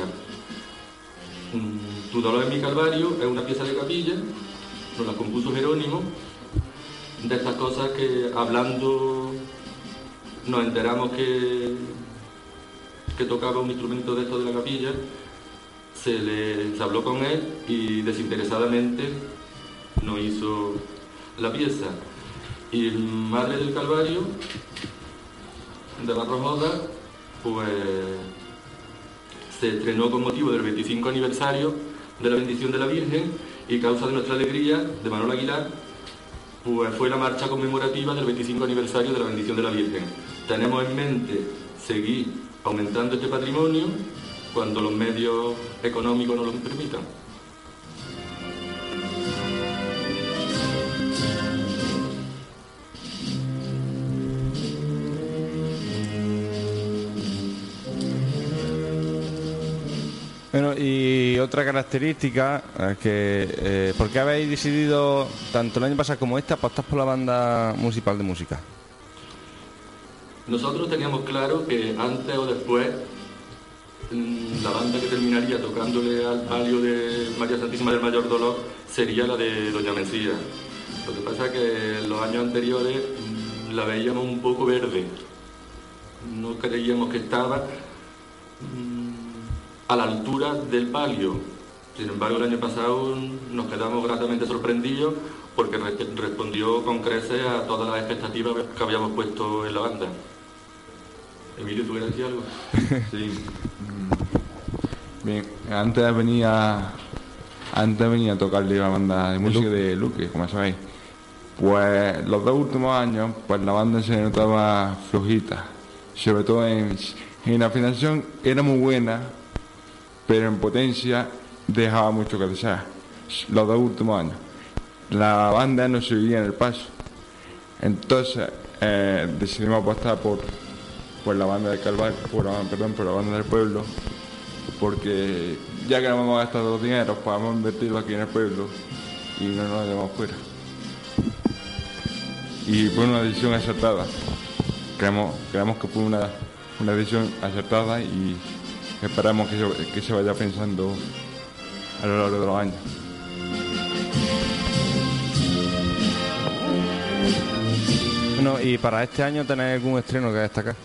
Tu Dolor en Mi Calvario es una pieza de capilla, nos la compuso Jerónimo. De estas cosas que hablando nos enteramos que, que tocaba un instrumento de esto de la capilla, se, le, se habló con él y desinteresadamente nos hizo la pieza. Y Madre del Calvario, de Barros Joda, pues se estrenó con motivo del veinticinco aniversario de la bendición de la Virgen y causa de nuestra alegría, de Manuel Aguilar, pues fue la marcha conmemorativa del veinticinco aniversario de la bendición de la Virgen. Tenemos en mente seguir aumentando este patrimonio cuando los medios económicos nos lo permitan. Bueno, y otra característica es que, eh, ¿por qué habéis decidido, tanto el año pasado como este, apostar por la banda municipal de música? Nosotros teníamos claro que antes o después la banda que terminaría tocándole al palio de María Santísima del Mayor Dolor sería la de Doña Mencía. Lo que pasa es que en los años anteriores la veíamos un poco verde. No creíamos que estaba a la altura del palio. Sin embargo, el año pasado nos quedamos gratamente sorprendidos porque re respondió con creces a todas las expectativas que habíamos puesto en la banda. Emilio, ¿tú quieres decir algo? Sí. Bien, antes venía antes venía a tocarle la banda de música de Luque, como sabéis. Pues los dos últimos años, pues la banda se notaba flojita, sobre todo en, en la afinación era muy buena, pero en potencia dejaba mucho que desear. Los dos últimos años la banda no seguía en el paso, entonces eh, decidimos apostar por por la banda del Calvario, por la, perdón, por la banda del pueblo, porque ya que no vamos a gastar los dineros, podemos invertirlo aquí en el pueblo y no nos llevamos fuera. Y fue una decisión acertada. Creemos, creemos que fue una, una decisión acertada y esperamos que se, que se vaya pensando a lo largo de los años. Bueno, y para este año tenéis algún estreno que destacar.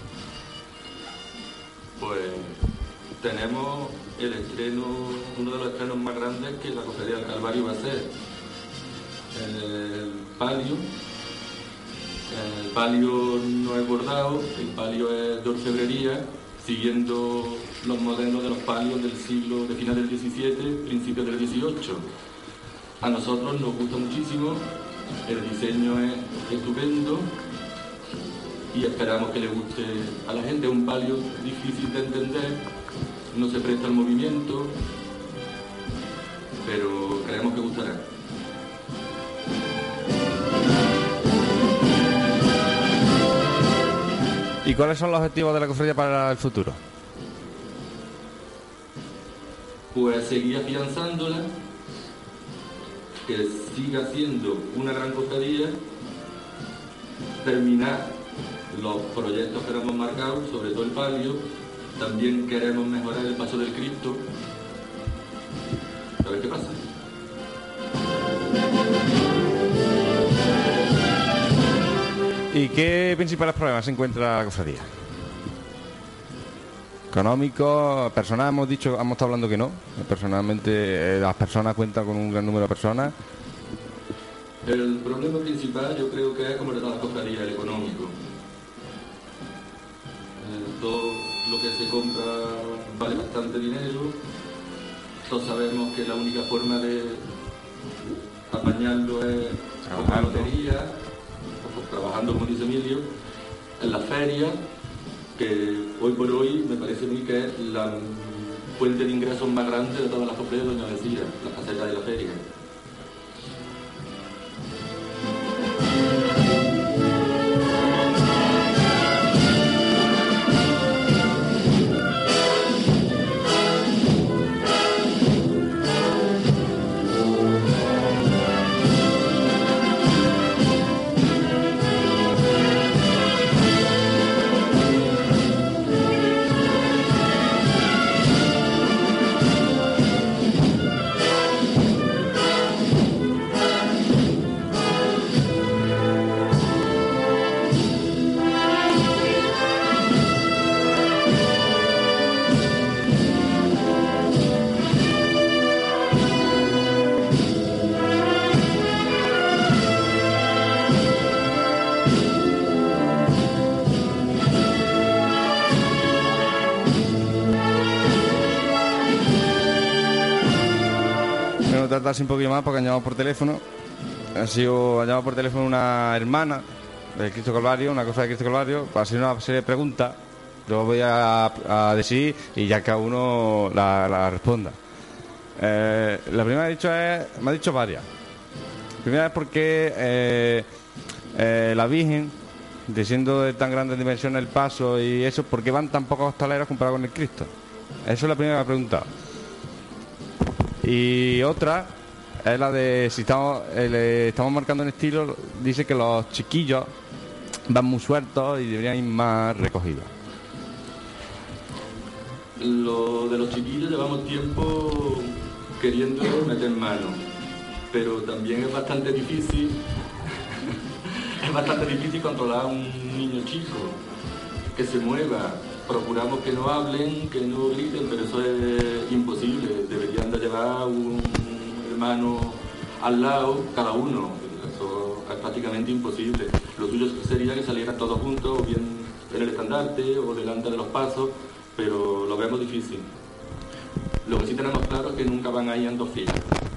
Pues tenemos el estreno, uno de los estrenos más grandes que la Cofradía del Calvario va a ser el palio. El palio no es bordado, el palio es de orfebrería, siguiendo los modelos de los palios del siglo de final del diecisiete, principios del dieciocho. A nosotros nos gusta muchísimo, el diseño es estupendo y esperamos que le guste a la gente. Es un palio difícil de entender, no se presta al movimiento, pero creemos que gustará. ¿Y cuáles son los objetivos de la cofradía para el futuro? Pues seguir afianzándola, que siga siendo una gran cofradía, terminar los proyectos que hemos marcado, sobre todo el palio. También queremos mejorar el paso del Cristo. A ver qué pasa. ¿Y qué principales problemas se encuentra la cofradía? Económico, personal, hemos dicho, hemos estado hablando que no. Personalmente, eh, las personas cuentan con un gran número de personas. El problema principal yo creo que es como le da la cofradía, el económico. Eh, todo lo que se compra vale bastante dinero. Todos sabemos que la única forma de apañarlo es con lotería, o trabajando, como dice Emilio, en la feria, que hoy por hoy me parece a mí que es la fuente de ingresos más grande de todas las cofradías de Doña Mencía, las casetas de la feria. tratarse un poquito más porque han llamado por teléfono. Ha sido, ha llamado por teléfono una hermana del Cristo Calvario, una cosa de Cristo Calvario, para hacer una serie de preguntas. Yo voy a, a decir y ya cada uno la, la responda. Eh, la primera que ha dicho es, me ha dicho varias. La primera es porque eh, eh, la Virgen, de siendo de tan grandes dimensiones el paso y eso, ¿por qué van tan pocos hostaleros comparado con el Cristo? Eso es la primera que me ha preguntado. Y otra es la de si estamos, eh, estamos marcando un estilo, dice que los chiquillos van muy sueltos y deberían ir más recogidos. Lo de los chiquillos llevamos tiempo queriendo meter mano, pero también es bastante difícil es bastante difícil controlar a un niño chico que se mueva. Procuramos que no hablen, que no griten, pero eso es imposible. Deberían de llevar un hermano al lado cada uno. Eso es prácticamente imposible. Lo suyo sería que salieran todos juntos, o bien en el estandarte o delante de los pasos, pero lo vemos difícil. Lo que sí tenemos claro es que nunca van a ir en dos filas.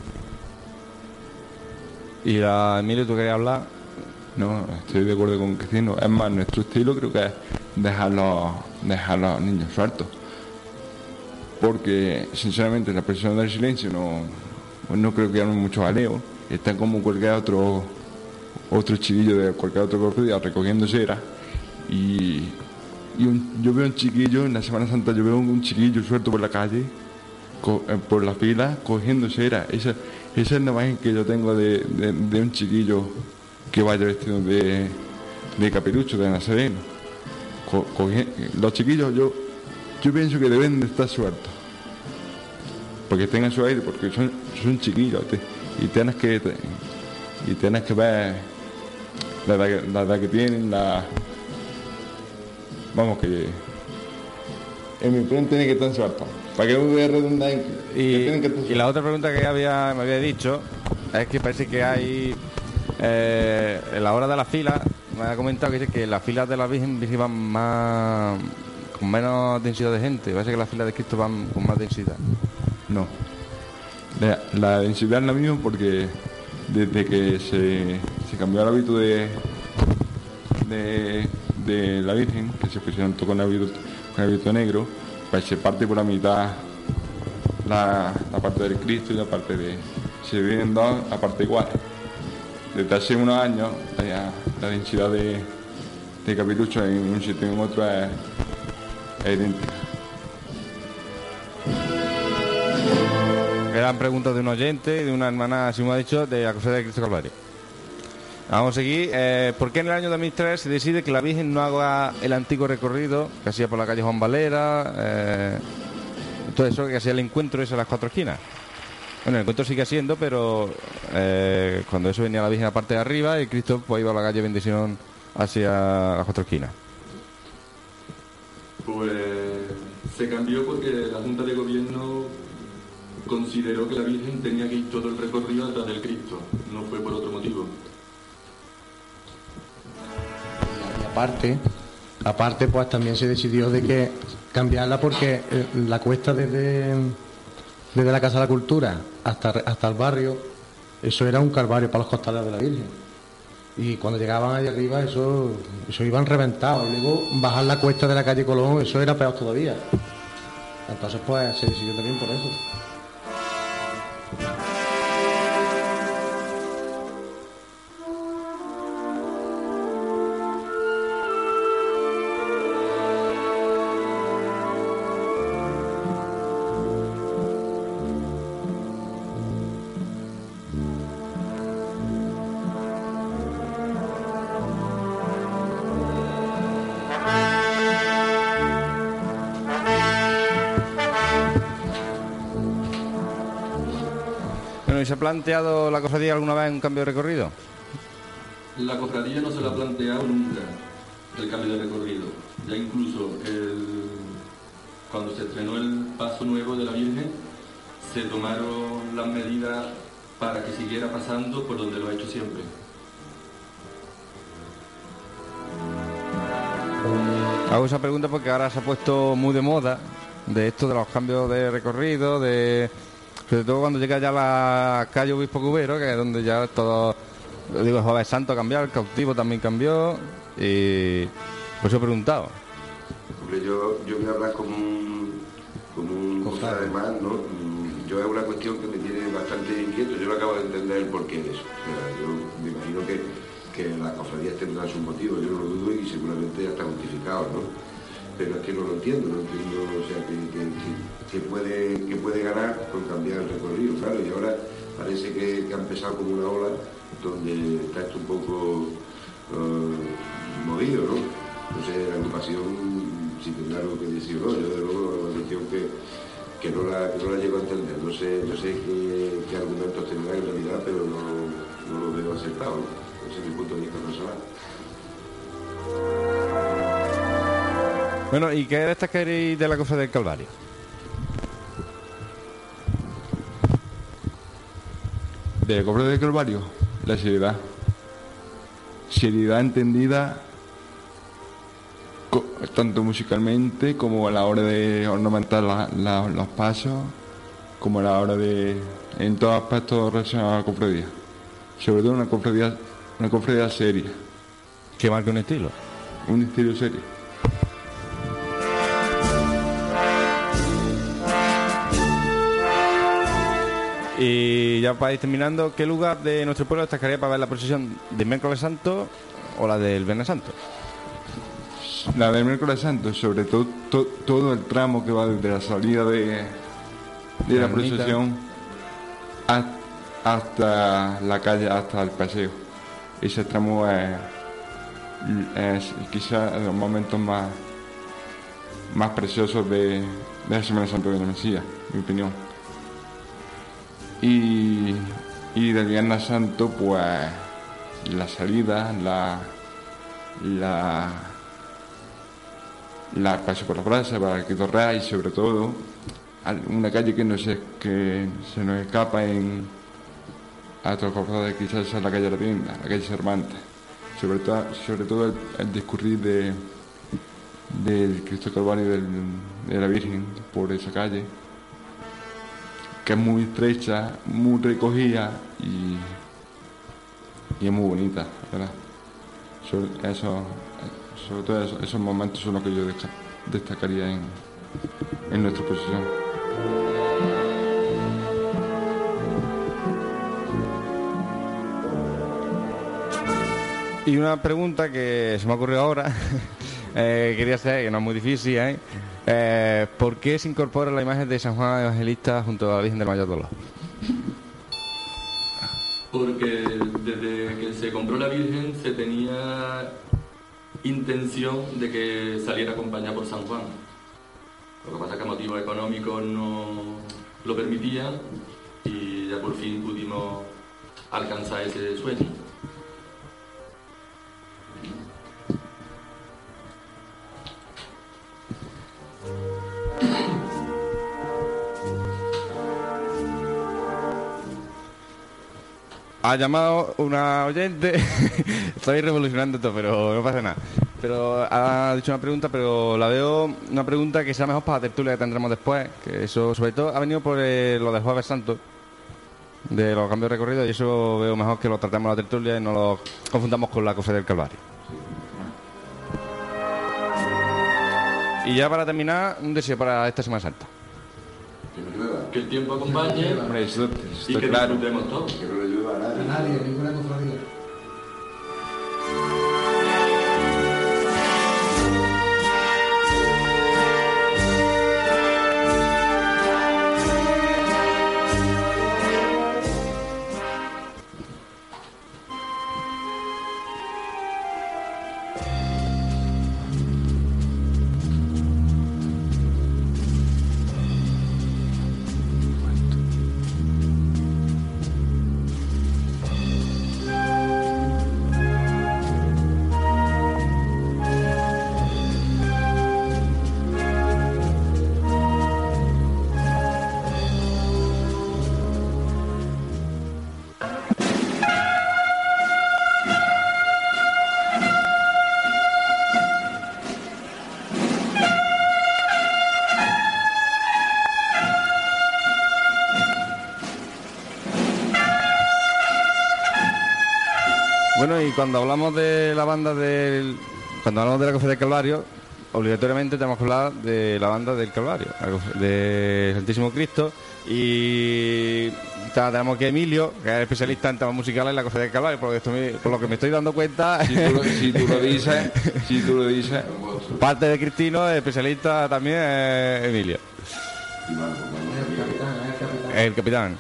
Y la Emilio, ¿tú querías hablar? No, estoy de acuerdo con Cristino. Es más, nuestro estilo creo que es dejar los, dejar los niños sueltos. Porque, sinceramente, la presión del silencio no, no creo que haya mucho jaleo. Están como cualquier otro otro chiquillo de cualquier otro cofradía recogiendo cera. Y, y un, yo veo un chiquillo, en la Semana Santa yo veo un chiquillo suelto por la calle, co, eh, por la fila, cogiendo cera. Esa, esa es la imagen que yo tengo de, de, de un chiquillo que vaya vestido de, de caperucho, de nazareno. Co, coge, los chiquillos yo yo pienso que deben de estar sueltos, porque tengan su aire, porque son, son chiquillos, te, y tienes que te, y tienes que ver la edad, la edad que tienen, la vamos que en mi plan tiene que estar sueltos, para que no voy a redundar en que, y, que tienen que estar y la otra pregunta que había me había dicho es que parece que hay eh, en la hora de la fila, me ha comentado que dice que las filas de la Virgen van más con menos densidad de gente. Parece que las filas de Cristo van con más densidad. No, la, la densidad es la misma porque desde que se, se cambió el hábito de, de de la Virgen, que se pusieron todo con el hábito, con el hábito negro, pues se parte por la mitad la, la parte del Cristo y la parte de... se vienen dos a parte igual. Desde hace unos años la, la densidad de, de capiruchos en un sitio y en otro es, es idéntica. Eran preguntas de un oyente, de una hermana, así me ha dicho, de la Cofradía de Cristo Calvario. Vamos a seguir. Eh, ¿Por qué en el año dos mil tres se decide que la Virgen no haga el antiguo recorrido que hacía por la calle Juan Valera? Eh, todo eso, que hacía el encuentro ese a las cuatro esquinas. Bueno, el encuentro sigue siendo, pero eh, cuando eso venía la Virgen a la parte de arriba y Cristo pues iba a la calle Bendición hacia las cuatro esquinas. Pues se cambió porque la Junta de Gobierno consideró que la Virgen tenía que ir todo el recorrido atrás del Cristo, no fue por otro motivo. Y aparte, aparte pues también se decidió de que cambiarla porque eh, la cuesta desde, desde la Casa de la Cultura hasta, hasta el barrio, eso era un calvario para los costaleros de la Virgen. Y cuando llegaban allá arriba, eso, eso iban reventados. Y luego bajar la cuesta de la calle Colón, eso era peor todavía. Entonces pues se decidió también por eso. ¿Y se ha planteado la cofradía alguna vez un cambio de recorrido? La cofradía no se lo ha planteado nunca, el cambio de recorrido. Ya incluso el, cuando se estrenó el paso nuevo de la Virgen, se tomaron las medidas para que siguiera pasando por donde lo ha hecho siempre. Hago esa pregunta porque ahora se ha puesto muy de moda de esto de los cambios de recorrido, de Sobre todo cuando llega ya la calle Obispo Cubero, que es donde ya todo, digo, el Jueves Santo ha cambiado, el cautivo también cambió, y por eso he preguntado. Hombre, yo, yo voy a hablar como un, como un cosa además, ¿no? Yo es una cuestión que me tiene bastante inquieto, yo no acabo de entender el porqué de eso. O sea, yo me imagino que, que las cofradías tendrán sus motivos, yo no lo dudo y seguramente ya está justificado, ¿no? Pero es que no lo entiendo, no entiendo, o sea, que, que, que, que puede, que puede ganar con cambiar el recorrido, claro, y ahora parece que, que ha empezado como una ola donde está esto un poco uh, movido, ¿no? No sé, la agrupación, si tendrá algo que decir o no, yo de luego la cuestión que, que, no la, que no la llego a entender, no sé, no sé qué, qué argumentos tendrá en realidad, pero no, no lo veo acertado, ¿no? Ese es mi punto de vista personal. Bueno, ¿y qué destacaréis de la Cofradía del Calvario? De la Cofradía del Calvario, la seriedad. Seriedad entendida co- tanto musicalmente como a la hora de ornamentar la- la- los pasos, como a la hora de, en todos aspectos relacionados a la cofradía. Sobre todo una cofradía, una cofradía seria. ¿Que marca un estilo? Un estilo serio. Y ya para ir terminando, ¿qué lugar de nuestro pueblo destacaría para ver la procesión del miércoles santo o la del viernes santo? La del miércoles santo, sobre todo to- todo el tramo que va desde la salida de, de la La ermita. procesión ha- hasta la calle, hasta el paseo. Ese tramo es, es quizás de los momentos más, más preciosos de, de la Semana Santa de la Mesía, en mi opinión. Y, y del Viernes Santo, pues la salida, la la la paso por la plaza para el Cristo Real y sobre todo al- una calle que no se que se nos escapa en a otros cofrades, quizás es la calle de la Tienda, la calle Cervantes, sobre todo sobre todo el, el discurrir de del Cristo Calvario y del, de la Virgen por esa calle, que es muy estrecha, muy recogida y, y es muy bonita, ¿verdad? Sobre, eso, sobre todo eso- esos momentos son los que yo desca- destacaría en, en nuestra posición. Y una pregunta que se me ha ocurrido ahora, eh, quería hacer, que no es muy difícil, ¿eh? Eh, ¿por qué se incorpora la imagen de San Juan Evangelista junto a la Virgen del Mayor Dolor? Porque desde que se compró la Virgen se tenía intención de que saliera acompañada por San Juan. Lo que pasa es que motivos económicos no lo permitían y ya por fin pudimos alcanzar ese sueño. Ha llamado una oyente, estoy revolucionando todo, pero no pasa nada. Pero ha dicho una pregunta, pero la veo una pregunta que sea mejor para la tertulia que tendremos después, que eso sobre todo ha venido por eh, lo del Jueves Santo, de los cambios de recorrido, y eso veo mejor que lo tratemos en la tertulia y no lo confundamos con la Cofradía del Calvario. Y ya para terminar, un deseo para esta Semana Santa. Que el tiempo acompañe Hombre, eso y está que claro. disfrutemos todos. Que no le llueva a nadie. A nadie, ninguna cofradía. Bueno, y cuando hablamos de la banda del... Cuando hablamos de la Cofradía del Calvario, obligatoriamente tenemos que hablar de la banda del Calvario, de Santísimo Cristo. Y ta, tenemos aquí a Emilio, que es especialista en temas musicales en la Cofradía del Calvario, por lo que, estoy, por lo que me estoy dando cuenta. Si tú, lo- si tú lo dices, si tú lo dices. Parte de Cristino, el especialista también es Emilio. El capitán.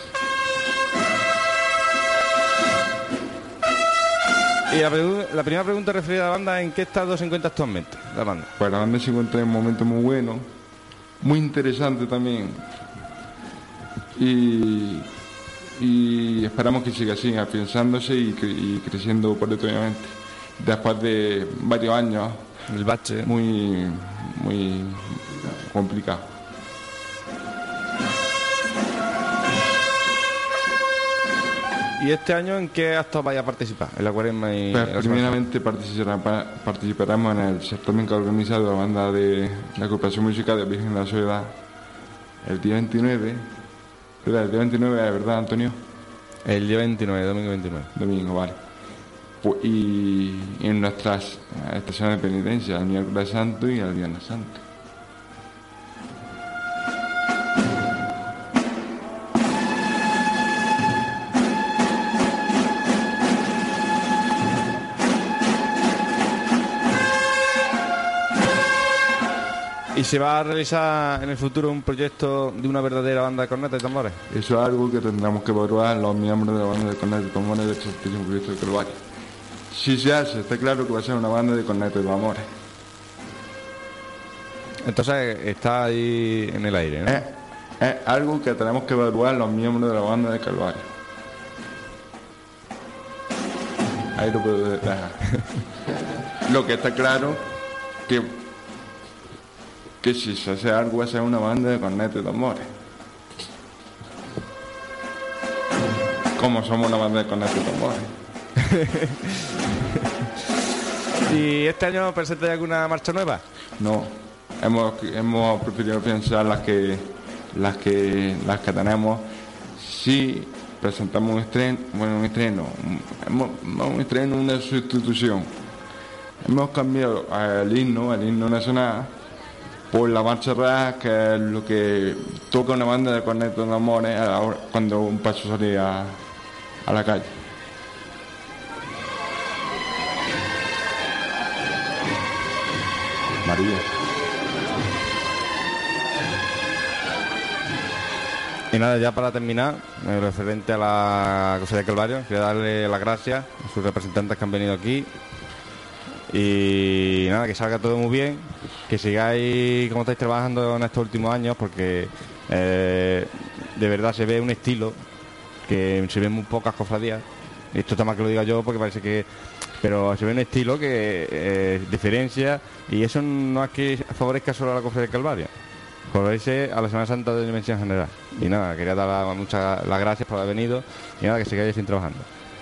Y la, pregu- la primera pregunta referida a la banda, ¿en qué estado se encuentra actualmente la banda? Pues la banda se encuentra en un momento muy bueno, muy interesante también. Y, y esperamos que siga así, afianzándose y, cre- y creciendo paulatinamente. Después de varios años, el bache muy, muy complicado. ¿Y este año en qué actos vaya a participar? En la Cuaresma y... Pues en la Semana primeramente participa- participaremos en el certamen que ha organizado la banda de la agrupación musical de Virgen de la Soledad el día veintinueve. ¿Verdad? El día veintinueve, ¿verdad, Antonio? Santa. El día veintinueve, domingo veintinueve. Domingo, vale. Pues, y en nuestras estaciones de penitencia, el miércoles santo y el viernes santo. ¿Y se va a realizar en el futuro un proyecto de una verdadera banda de cornetas y tambores? Eso es algo que tendremos que evaluar los miembros de la banda de cornetas y tambores del Santísimo Cristo del Calvario. Si se hace, está claro que va a ser una banda de cornetas y tambores. Entonces está ahí en el aire, ¿no? Es, es algo que tenemos que evaluar los miembros de la banda de Calvario. Ahí lo puedo dejar. Lo que está claro que, que si se hace algo va a ser una banda de cornetas y tambores. Como somos una banda de cornetas y tambores. ¿Y este año presentáis alguna marcha nueva? No, hemos, hemos preferido pensar las que las que las que tenemos. Sí presentamos un estreno, bueno, un estreno, un, hemos- un estreno, una sustitución. Hemos cambiado el himno, el himno nacional, por la marcha atrás, que es lo que toca una banda de cornetas de amores a la hora- cuando un paso sale a, a la calle. María. Y nada, ya para terminar, eh, referente a la Cofradía del Calvario, quería darle las gracias a sus representantes que han venido aquí. Y nada, que salga todo muy bien, que sigáis como estáis trabajando en estos últimos años, porque eh, de verdad se ve un estilo que se ven muy pocas cofradías. Y esto está mal que lo diga yo porque parece que... Pero se ve un estilo que eh, diferencia, y eso no es que favorezca solo a la Cofradía del Calvario, favorece a la Semana Santa de dimensión general. Y nada, quería dar muchas las gracias por haber venido y nada, que sigáis sin trabajando.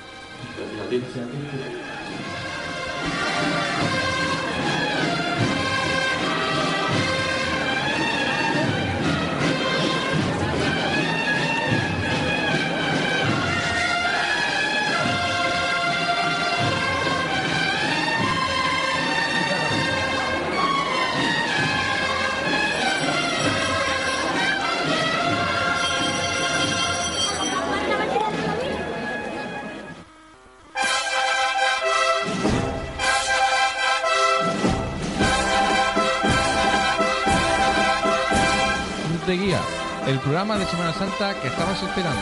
Cruz de Guía, el programa de Semana Santa que estabas esperando.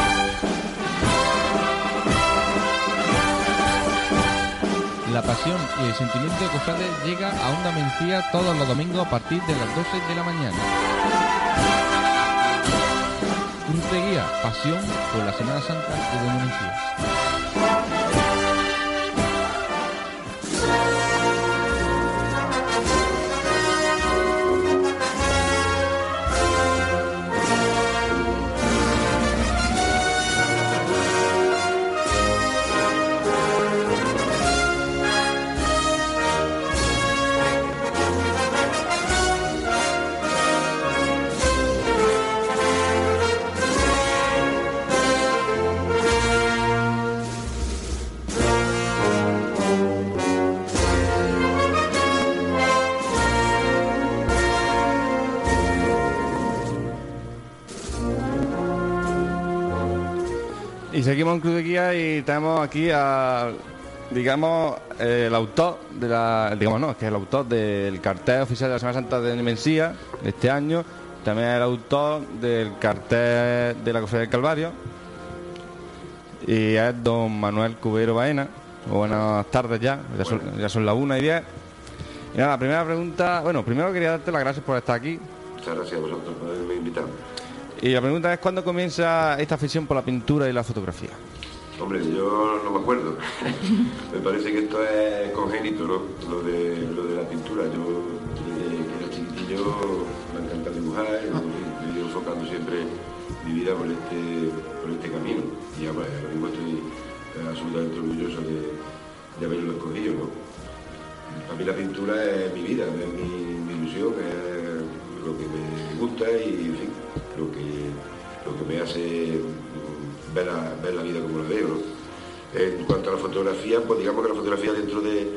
La pasión y el sentimiento de cofrade llega a Onda Mencía todos los domingos a partir de las doce de la mañana. Cruz de Guía, pasión por la Semana Santa de Doña Mencía. Y seguimos en Club de Guía y tenemos aquí a, digamos, eh, el autor de la, digamos no, es que es el autor del cartel oficial de la Semana Santa de Nimensía de este año, también es el autor del cartel de la Cofradía del Calvario, y es don Manuel Cubero Baena. Buenas tardes ya, ya son, ya son las una y diez. Y nada, la primera pregunta, bueno, primero quería darte las gracias por estar aquí. Muchas gracias a vosotros por haberme invitado. Y la pregunta es, ¿cuándo comienza esta afición por la pintura y la fotografía? Hombre, yo no me acuerdo. Me parece que esto es congénito, ¿no? Lo de, lo de la pintura. Yo, desde que era chiquitillo, me encanta dibujar, y me he ido enfocando siempre mi vida por este, por este camino. Y ya, pues, ahora mismo estoy absolutamente orgulloso de, de haberlo escogido, ¿no? Para mí la pintura es mi vida, es mi, mi ilusión, es lo que me gusta y, en fin, lo que, lo que me hace ver la, ver la vida como la veo, ¿no? En cuanto a la fotografía, pues digamos que la fotografía dentro de,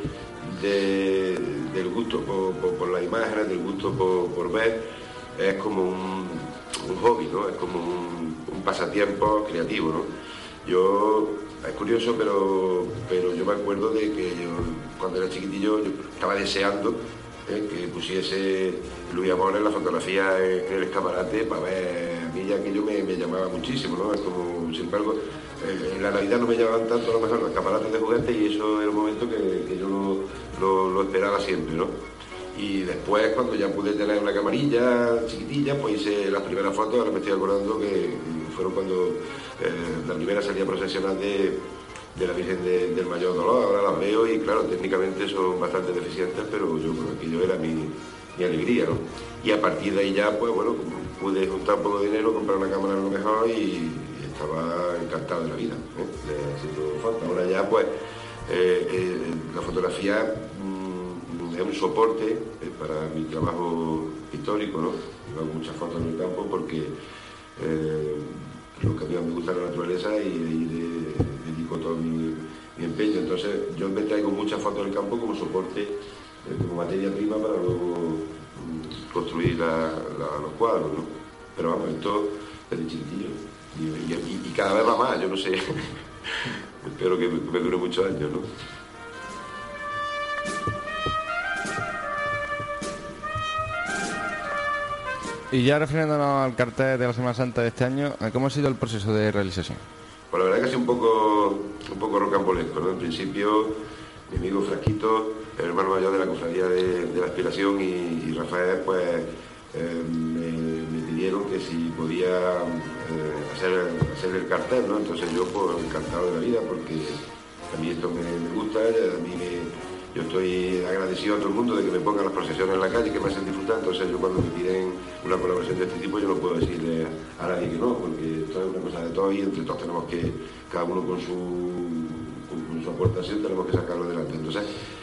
de, del gusto por, por, por las imágenes, del gusto por, por ver, es como un, un hobby, ¿no? Es como un, un pasatiempo creativo, ¿no? Yo, es curioso, pero, pero yo me acuerdo de que yo, cuando era chiquitillo, yo estaba deseando eh, que pusiese Luis Amor en la fotografía en, en el escaparate para ver. A mí ya aquello me, me llamaba muchísimo, ¿no? Es como, sin embargo, eh, en la Navidad no me llamaban tanto, a lo mejor los escaparates de juguetes, y eso era un momento que, que yo lo, lo, lo esperaba siempre, ¿no? Y después, cuando ya pude tener una camarilla chiquitilla, pues hice las primeras fotos. Ahora me estoy acordando que fueron cuando eh, la primera salida procesional de, de la Virgen de, del Mayor Dolor. Ahora las veo y, claro, técnicamente son bastante deficientes, pero yo creo que aquello era mi, mi alegría, ¿no? Y a partir de ahí ya, pues bueno, pude juntar un poco de dinero, comprar una cámara a lo mejor, y estaba encantado de la vida, ¿eh? De haciendo fotos. Ahora ya, pues, eh, eh, la fotografía es un soporte eh, para mi trabajo histórico, ¿no? Yo hago muchas fotos en el campo porque eh, lo que a mí me gusta es la naturaleza, y ahí le dedico todo mi, mi empeño. Entonces yo me traigo muchas fotos del campo como soporte, eh, como materia prima para luego mm, construir la, la, los cuadros, ¿no? Pero vamos, esto desde chiquitillo y, y, y cada vez va más, yo no sé. Espero que me, que me dure muchos años, ¿no? Y ya refiriéndonos al cartel de la Semana Santa de este año, ¿cómo ha sido el proceso de realización? Pues la verdad que ha sido un poco, un poco rocambolesco, ¿no? En principio, mi amigo Frasquito, el hermano mayor de la Cofradía de, de la Aspiración, y, y Rafael, pues eh, me, me pidieron que si podía eh, hacer, hacer el cartel, ¿no? Entonces yo, pues, encantado de la vida, porque a mí esto me, me gusta, a mí me... Yo estoy agradecido a todo el mundo de que me pongan las procesiones en la calle, que me hacen disfrutar. Entonces yo, cuando me piden una colaboración de este tipo, yo no puedo decirle a nadie que no, porque esto es una cosa de todos, y entre todos tenemos que, cada uno con su, con, con su aportación, tenemos que sacarlo adelante. Entonces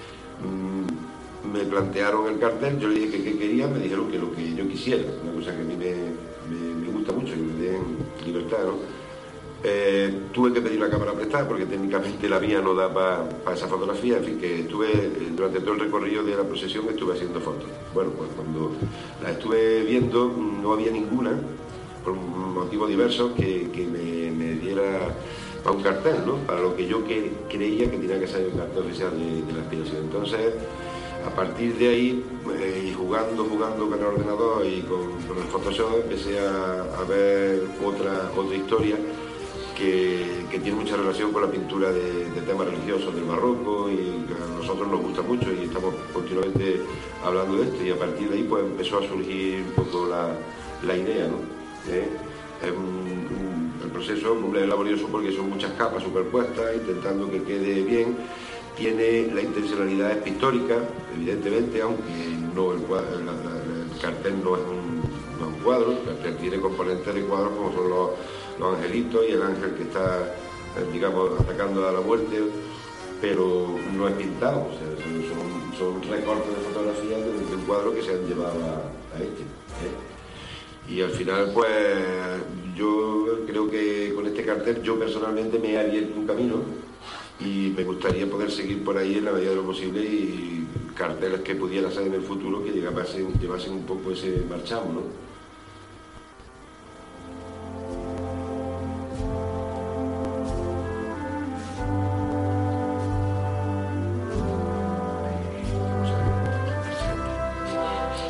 mmm, me plantearon el cartel, yo le dije que qué quería, me dijeron que lo que yo quisiera, una cosa que a mí me, me, me gusta mucho, que me den libertad, ¿no? Eh, tuve que pedir una cámara prestada porque técnicamente la mía no da para pa esa fotografía. En fin, que estuve, durante todo el recorrido de la procesión estuve haciendo fotos. Bueno, pues cuando la estuve viendo no había ninguna, por motivos diversos, que, que me, me diera para un cartel, ¿no? Para lo que yo que, creía que tenía que ser el cartel oficial de, de la Aspiración. Entonces, a partir de ahí, eh, y jugando, jugando con el ordenador y con, con el Photoshop, empecé a, a ver otra, otra historia Que, que tiene mucha relación con la pintura de, de temas religiosos del barroco, y que a nosotros nos gusta mucho y estamos continuamente hablando de esto, y a partir de ahí pues empezó a surgir un poco la, la idea, ¿no? ¿Eh? Es un, un, el proceso es laborioso porque son muchas capas superpuestas intentando que quede bien. Tiene la intencionalidad pictórica, evidentemente, aunque no el, cuadro, el, el cartel no es, un, no es un cuadro. El cartel tiene componentes de cuadros como son los los angelitos y el ángel que está, digamos, atacando a la muerte, pero no es pintado, o sea, son, son recortes de fotografías de, de un cuadro que se han llevado a, a este. ¿eh? Y al final, pues, yo creo que con este cartel yo personalmente me he abierto un camino, y me gustaría poder seguir por ahí en la medida de lo posible, y carteles que pudiera hacer en el futuro que llevasen, llevasen un poco ese marchamo, ¿no?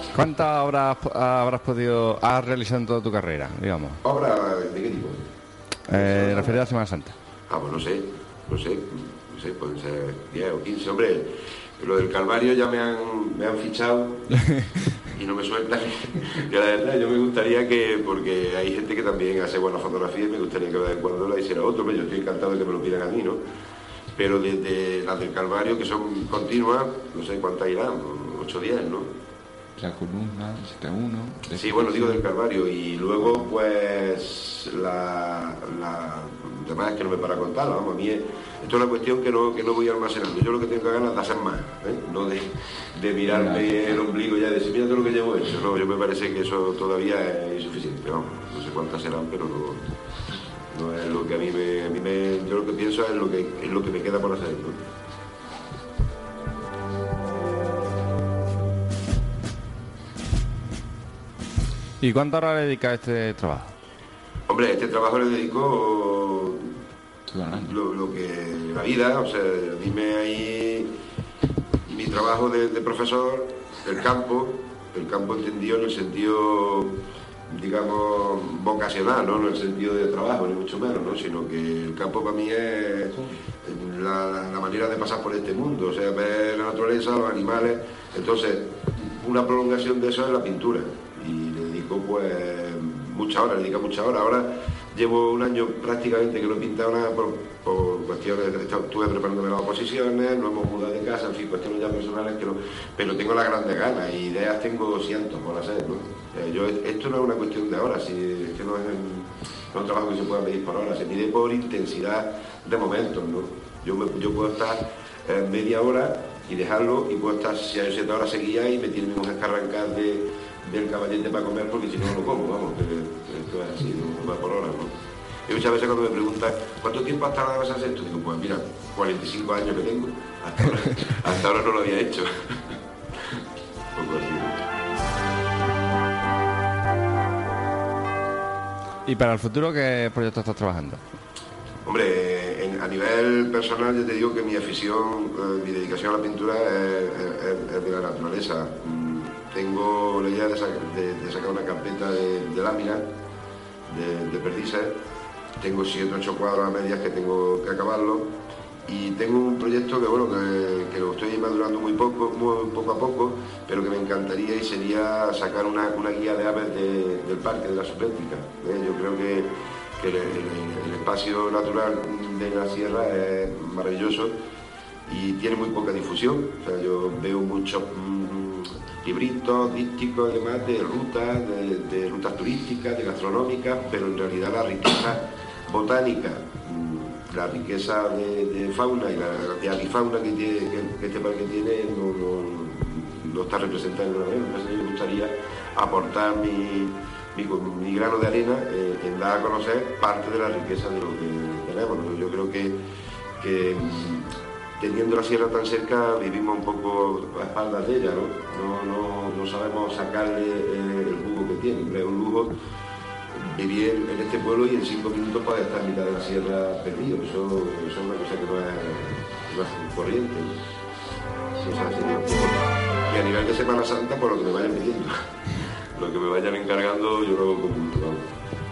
¿Cuántas obras habrás podido, has realizado en toda tu carrera, digamos? ¿Obras de qué tipo? Eh, referida a Semana Santa. Ah, pues no sé, no sé, no sé, pueden ser diez o quince, hombre. Lo del Calvario ya me han, me han fichado y no me sueltan. Y la verdad, yo me gustaría que, porque hay gente que también hace buenas fotografías y me gustaría que de vez en cuando la hiciera otro, pero yo estoy encantado de que me lo pidan a mí, ¿no? Pero desde las del Calvario, que son continuas, no sé cuántas irán, ocho o diez, ¿no? La columna, siete uno. Sí, bueno, digo del Calvario. Y luego, pues, la, la demás es que no me para contarla, vamos, a mí es, esto es una cuestión que no, que no voy almacenando. Yo lo que tengo ganas de hacer más, ¿eh? No de, de mirarme el ombligo ya y decir, mira todo lo que llevo hecho. No, yo me parece que eso todavía es insuficiente, vamos, no sé cuántas serán, pero no, no es lo que a mí me, a mí me, yo lo que pienso es lo que, es lo que me queda por hacer, ¿no? ¿Y cuántas horas le dedicas a este trabajo? Hombre, este trabajo le dedico lo, lo que la vida, o sea, dime ahí mi trabajo de, de profesor, el campo, el campo entendido en el sentido, digamos, vocacional, no en el sentido de trabajo, ni mucho menos, ¿no? Sino que el campo para mí es la, la manera de pasar por este mundo, o sea, ver la naturaleza, los animales. Entonces, una prolongación de eso es la pintura. Y le dedico pues muchas horas, le dedico muchas horas. Ahora llevo un año prácticamente que no he pintado nada por, por cuestiones, estuve preparándome las oposiciones, no hemos mudado de casa, en fin, cuestiones ya personales, que no, pero tengo las grandes ganas y ideas tengo cientos por hacer, ¿no? Eh, yo, esto no es una cuestión de horas, si, es que no es, en, no es un trabajo que se pueda medir por horas, se mide por intensidad de momentos, ¿no? Yo, me, yo puedo estar eh, media hora y dejarlo, y puedo estar siete horas seguidas y me tiene unas carrancas de del caballete para comer, porque si no, no lo como, vamos, que, que esto es así, no va por horas, ¿no? Y muchas veces cuando me preguntan, ¿cuánto tiempo has tardado en hacer esto? Digo, pues mira, cuarenta y cinco años que tengo, hasta ahora, hasta ahora no lo había hecho. Un poco así, ¿no? ¿Y para el futuro qué proyectos estás trabajando? Hombre, en, a nivel personal yo te digo que mi afición, eh, mi dedicación a la pintura es, es, es de la naturaleza. Tengo la idea de, saca, de, de sacar una carpeta de, de láminas, de, de perdices. Tengo siete o ocho cuadros a medias que tengo que acabarlo. Y tengo un proyecto que, bueno, que, que lo estoy madurando muy poco, muy poco a poco, pero que me encantaría, y sería sacar una, una guía de aves de, del parque de la Subléstica. ¿eh? Yo creo que, que el, el, el espacio natural de la sierra es maravilloso y tiene muy poca difusión. O sea, yo veo muchos libritos, dísticos y demás de rutas, de, de rutas turísticas, de gastronómicas, pero en realidad la riqueza botánica, la riqueza de, de fauna y la de avifauna que, tiene, que, que este parque tiene no, no, no está representada en la manera. Entonces me gustaría aportar mi, mi, mi grano de arena eh, en dar a conocer parte de la riqueza de lo que tenemos, ¿no? Yo creo que, que teniendo la sierra tan cerca, vivimos un poco a espaldas de ella, ¿no? No, no, no sabemos sacarle eh, el jugo que tiene. Es un lujo vivir en este pueblo y en cinco minutos puedes estar en mitad de la sierra perdido. Eso, eso es una cosa que no es, no es corriente, ¿no? Eso es así, ¿no? Y a nivel de Semana Santa, por lo que me vayan pidiendo, lo que me vayan encargando, yo lo hago con gusto, vamos.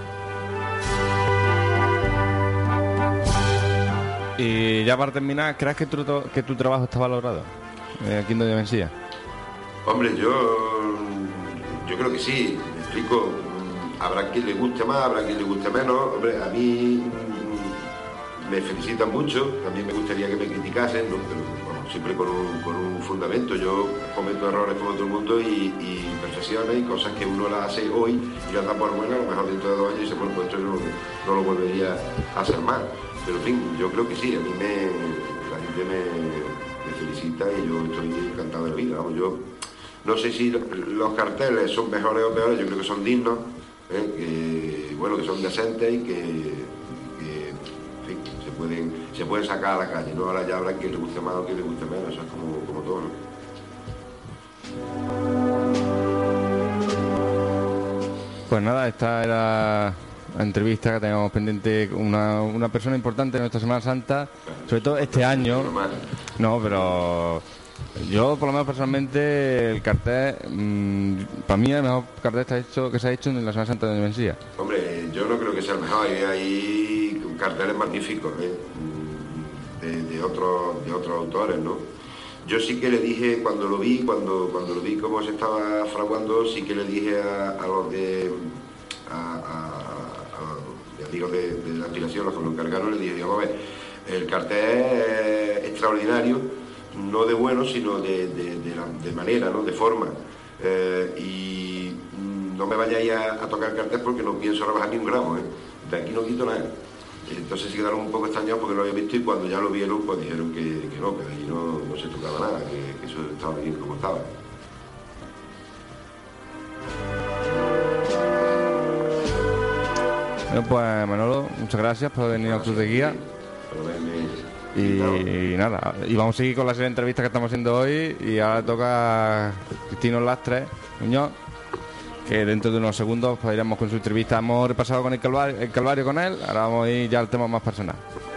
Y ya para terminar, ¿crees que tu, que tu trabajo está valorado eh, aquí en Doña Mencía? Hombre, yo, yo creo que sí, me explico. Habrá quien le guste más, habrá quien le guste menos. Hombre, a mí me felicitan mucho, también me gustaría que me criticasen, ¿no? Pero bueno, siempre con un, con un fundamento. Yo cometo errores como todo el mundo y, y imperfecciones y cosas que uno las hace hoy y las da por buenas, a lo mejor dentro de dos años y dice, bueno, pues esto no, no lo volvería a hacer mal. Pero en fin, yo creo que sí, a mí me, la gente me, me felicita y yo estoy encantado de la vida. Vamos, yo no sé si los carteles son mejores o peores, yo creo que son dignos, ¿eh? que, bueno, que son decentes y que, que en fin, se, pueden, se pueden sacar a la calle, ¿no? Ahora ya habrá quien le guste más o quien le guste menos, eso es como, como todo, ¿no? Pues nada, esta era la entrevista que teníamos pendiente, una, una persona importante en nuestra Semana Santa, sobre todo este año. No, pero Yo, por lo menos personalmente, el cartel, mmm, para mí el mejor cartel está hecho, que se ha hecho en la Semana Santa de Mencía. Hombre, yo no creo que sea el mejor, hay, hay carteles magníficos, ¿eh? de, de, otros, de otros autores, ¿no? Yo sí que le dije, cuando lo vi, cuando, cuando lo vi cómo se estaba fraguando, sí que le dije a, a los de... A, a, a los amigos de, de la aspiración, los que lo encargaron, le dije, digamos, a ver, el cartel es extraordinario, no de bueno, sino de, de, de, la, de manera, ¿no? De forma. Eh, y no me vayáis a, a tocar el cartel porque no pienso rebajar ni un gramo, ¿eh? De aquí no quito nada. Entonces se quedaron un poco extrañados porque no lo había visto y cuando ya lo vieron pues dijeron que, que no, que de allí no, no se tocaba nada, que, que eso estaba bien como estaba. Bueno, pues Manolo, muchas gracias por venir al Club de Guía. Y, y nada, y vamos a seguir con la serie de entrevistas que estamos haciendo hoy. Y ahora toca a Cristino Lastres Muñoz, que dentro de unos segundos pues, iremos con su entrevista. Hemos repasado con el Calvario, el Calvario con él, ahora vamos a ir ya al tema más personal.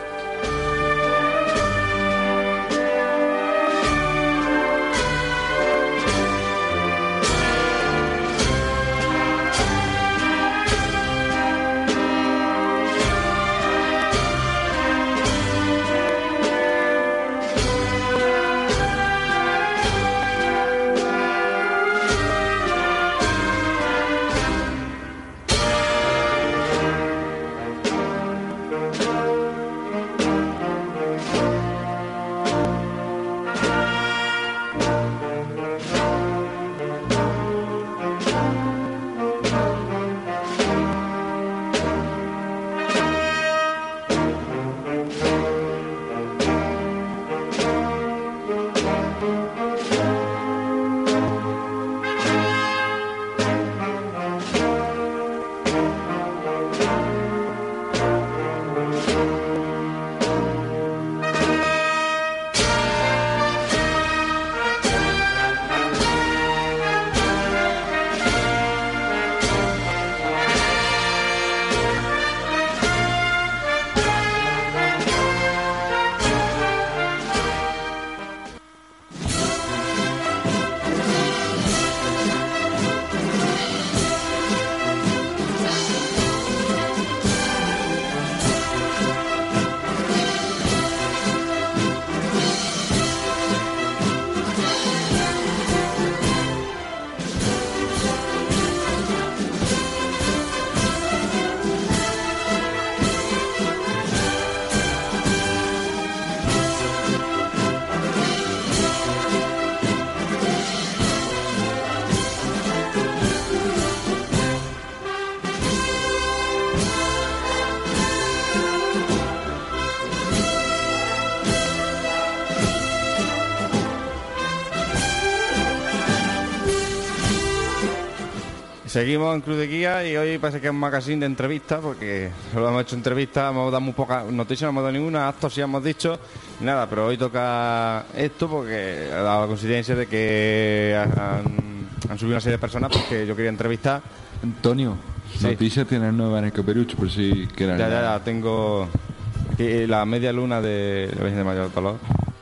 Seguimos en Cruz de Guía y hoy parece que es un magazine de entrevistas porque solo hemos hecho entrevistas, hemos dado muy pocas noticias, no hemos dado ninguna, actos sí hemos dicho, nada, pero hoy toca esto porque ha dado la coincidencia de que han, han subido una serie de personas porque yo quería entrevistar. Antonio, sí. Noticias tienes nueva en el caperucho, por si quieres. Ya, ya, ya, tengo aquí la media luna de la Virgen de Mayor Dolor,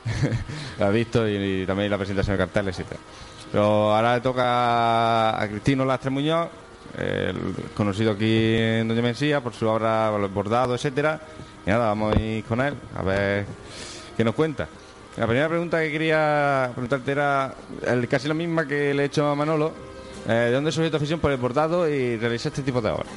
la he visto y, y también la presentación de carteles y tal. Pero ahora le toca a Cristino Lastres Muñoz, el conocido aquí en Doña Mencía por su obra, por los bordados, etcétera. Y nada, vamos a ir con él a ver qué nos cuenta. La primera pregunta que quería preguntarte era el, casi la misma que le he hecho a Manolo. Eh, ¿De dónde surgió tu afición por el bordado y realizar este tipo de obras?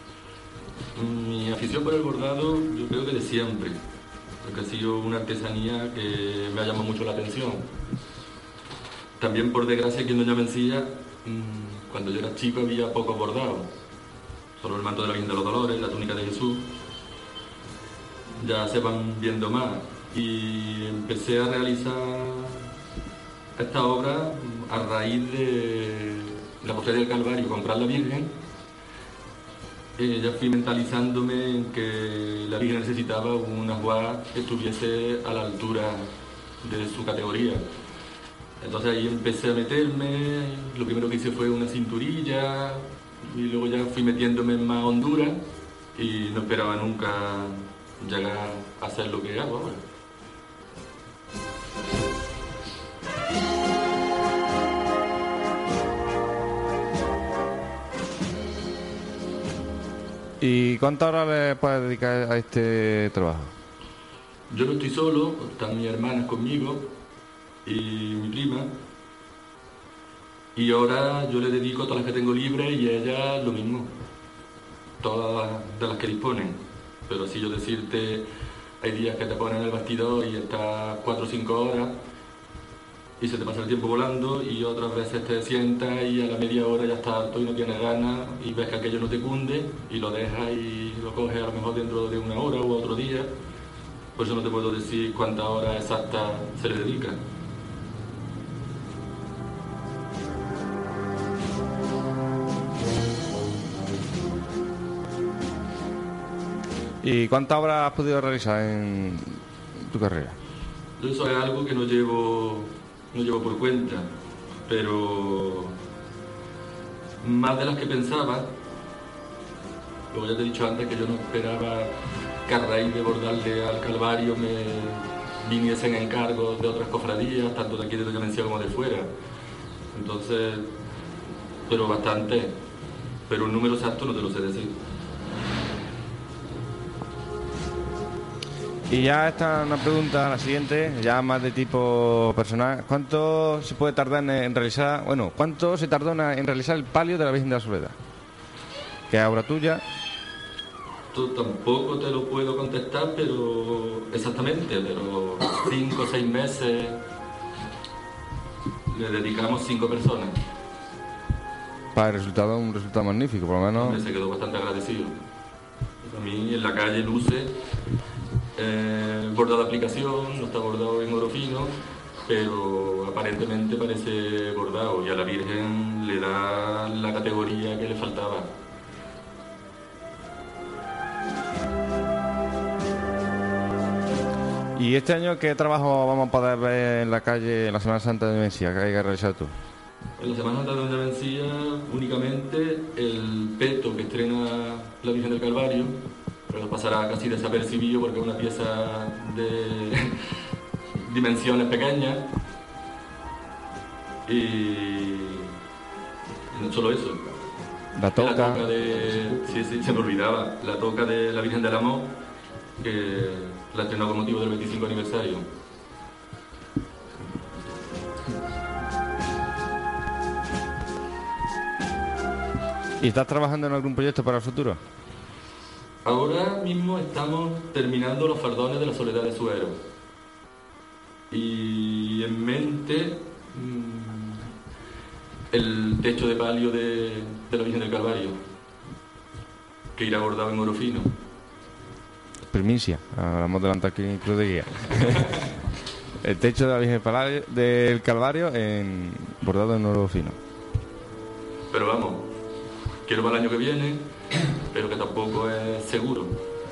Mi afición por el bordado yo creo que de siempre, porque ha sido una artesanía que me ha llamado mucho la atención. También, por desgracia, aquí en Doña Mencía, cuando yo era chico había pocos bordados. Solo el manto de la Virgen de los Dolores, la túnica de Jesús. Ya se van viendo más. Y empecé a realizar esta obra a raíz de la Cofradía del Calvario, comprar la Virgen. Eh, ya fui mentalizándome en que la Virgen necesitaba una ajuar que estuviese a la altura de su categoría. Entonces ahí empecé a meterme, lo primero que hice fue una cinturilla y luego ya fui metiéndome en más honduras y no esperaba nunca llegar a hacer lo que hago ahora. ¿Y cuántas horas le puedes dedicar a este trabajo? Yo no estoy solo, están mis hermanas conmigo y mi prima. Y ahora yo le dedico a todas las que tengo libres y a ellas lo mismo. Todas de las que disponen. Pero si yo decirte, hay días que te ponen en el bastidor y estás cuatro o cinco horas y se te pasa el tiempo volando, y otras veces te sientas y a la media hora ya estás harto y no tienes ganas y ves que aquello no te cunde y lo dejas y lo coges a lo mejor dentro de una hora u otro día. Por eso no te puedo decir cuántas horas exactas se le dedica. ¿Y cuántas obras has podido realizar en tu carrera? Yo eso es algo que no llevo, no llevo por cuenta, pero más de las que pensaba. Luego ya te he dicho antes que yo no esperaba que a raíz de bordarle al Calvario me viniesen encargos de otras cofradías, tanto de aquí de Doña Mencía como de fuera. Entonces, pero bastante, pero un número exacto no te lo sé decir. Y ya está una pregunta, la siguiente, ya más de tipo personal. ¿Cuánto se puede tardar en, en realizar, bueno, cuánto se tardó en, en realizar el palio de la Virgen de la Soledad? Que es obra tuya. Esto tampoco te lo puedo contestar, pero exactamente, pero cinco o seis meses le dedicamos cinco personas. Para el resultado, un resultado magnífico, por lo menos. Me se quedó bastante agradecido. A mí en la calle luce eh, bordado de aplicación, no está bordado en oro fino, pero aparentemente parece bordado y a la Virgen le da la categoría que le faltaba. ¿Y este año qué trabajo vamos a poder ver en la calle en la Semana Santa de Mencía que hay que realizar tú? En la Semana Santa de Doña Mencía únicamente el peto que estrena la Virgen del Calvario, pero pasará casi desapercibido porque es una pieza de dimensiones pequeñas, y no solo eso. La toca. La toca de... Sí, sí, se me olvidaba. La toca de la Virgen del Amor, que la estrenó con motivo del veinticinco aniversario. ¿Y estás trabajando en algún proyecto para el futuro? Ahora mismo estamos terminando los fardones de la Soledad de Suero. Y en mente mmm, el techo de palio de, de la Virgen del Calvario, que irá bordado en oro fino. Primicia, hablamos delante aquí en Cruz de Guía. El techo de la Virgen del Calvario en bordado en oro fino. Pero vamos, quiero para el año que viene, pero que tampoco es seguro.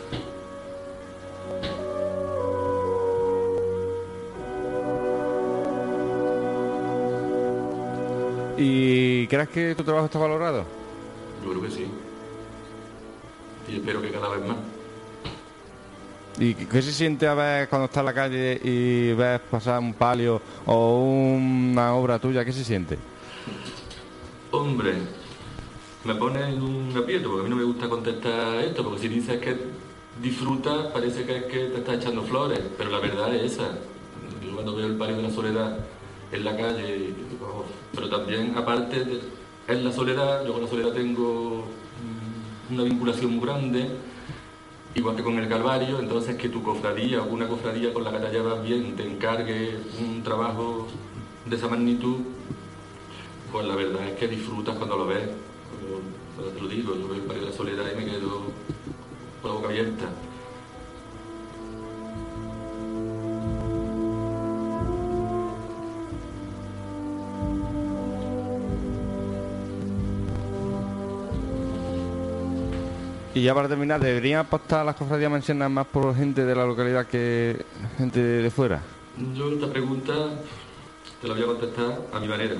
¿Y crees que tu trabajo está valorado? Yo creo que sí. Y espero que cada vez más. ¿Y qué se siente a ver cuando estás en la calle y ves pasar un palio o una obra tuya? ¿Qué se siente? Hombre, me pone en un aprieto, porque a mí no me gusta contestar esto, porque si dices que disfrutas, parece que es que te estás echando flores, pero la verdad es esa. Yo cuando veo el palio de la Soledad en la calle, oh, pero también, aparte, de, en la Soledad, yo con la Soledad tengo una vinculación muy grande, igual que con el Calvario. Entonces que tu cofradía o una cofradía con la que te llevas bien te encargue un trabajo de esa magnitud, pues la verdad es que disfrutas cuando lo ves. Yo, yo te lo digo, yo veo el palio de la Soledad y me quedo con la boca abierta. Y ya para terminar, ¿deberían apostar las cofradías mencionadas más por gente de la localidad que gente de fuera? Yo esta pregunta te la voy a contestar a mi manera.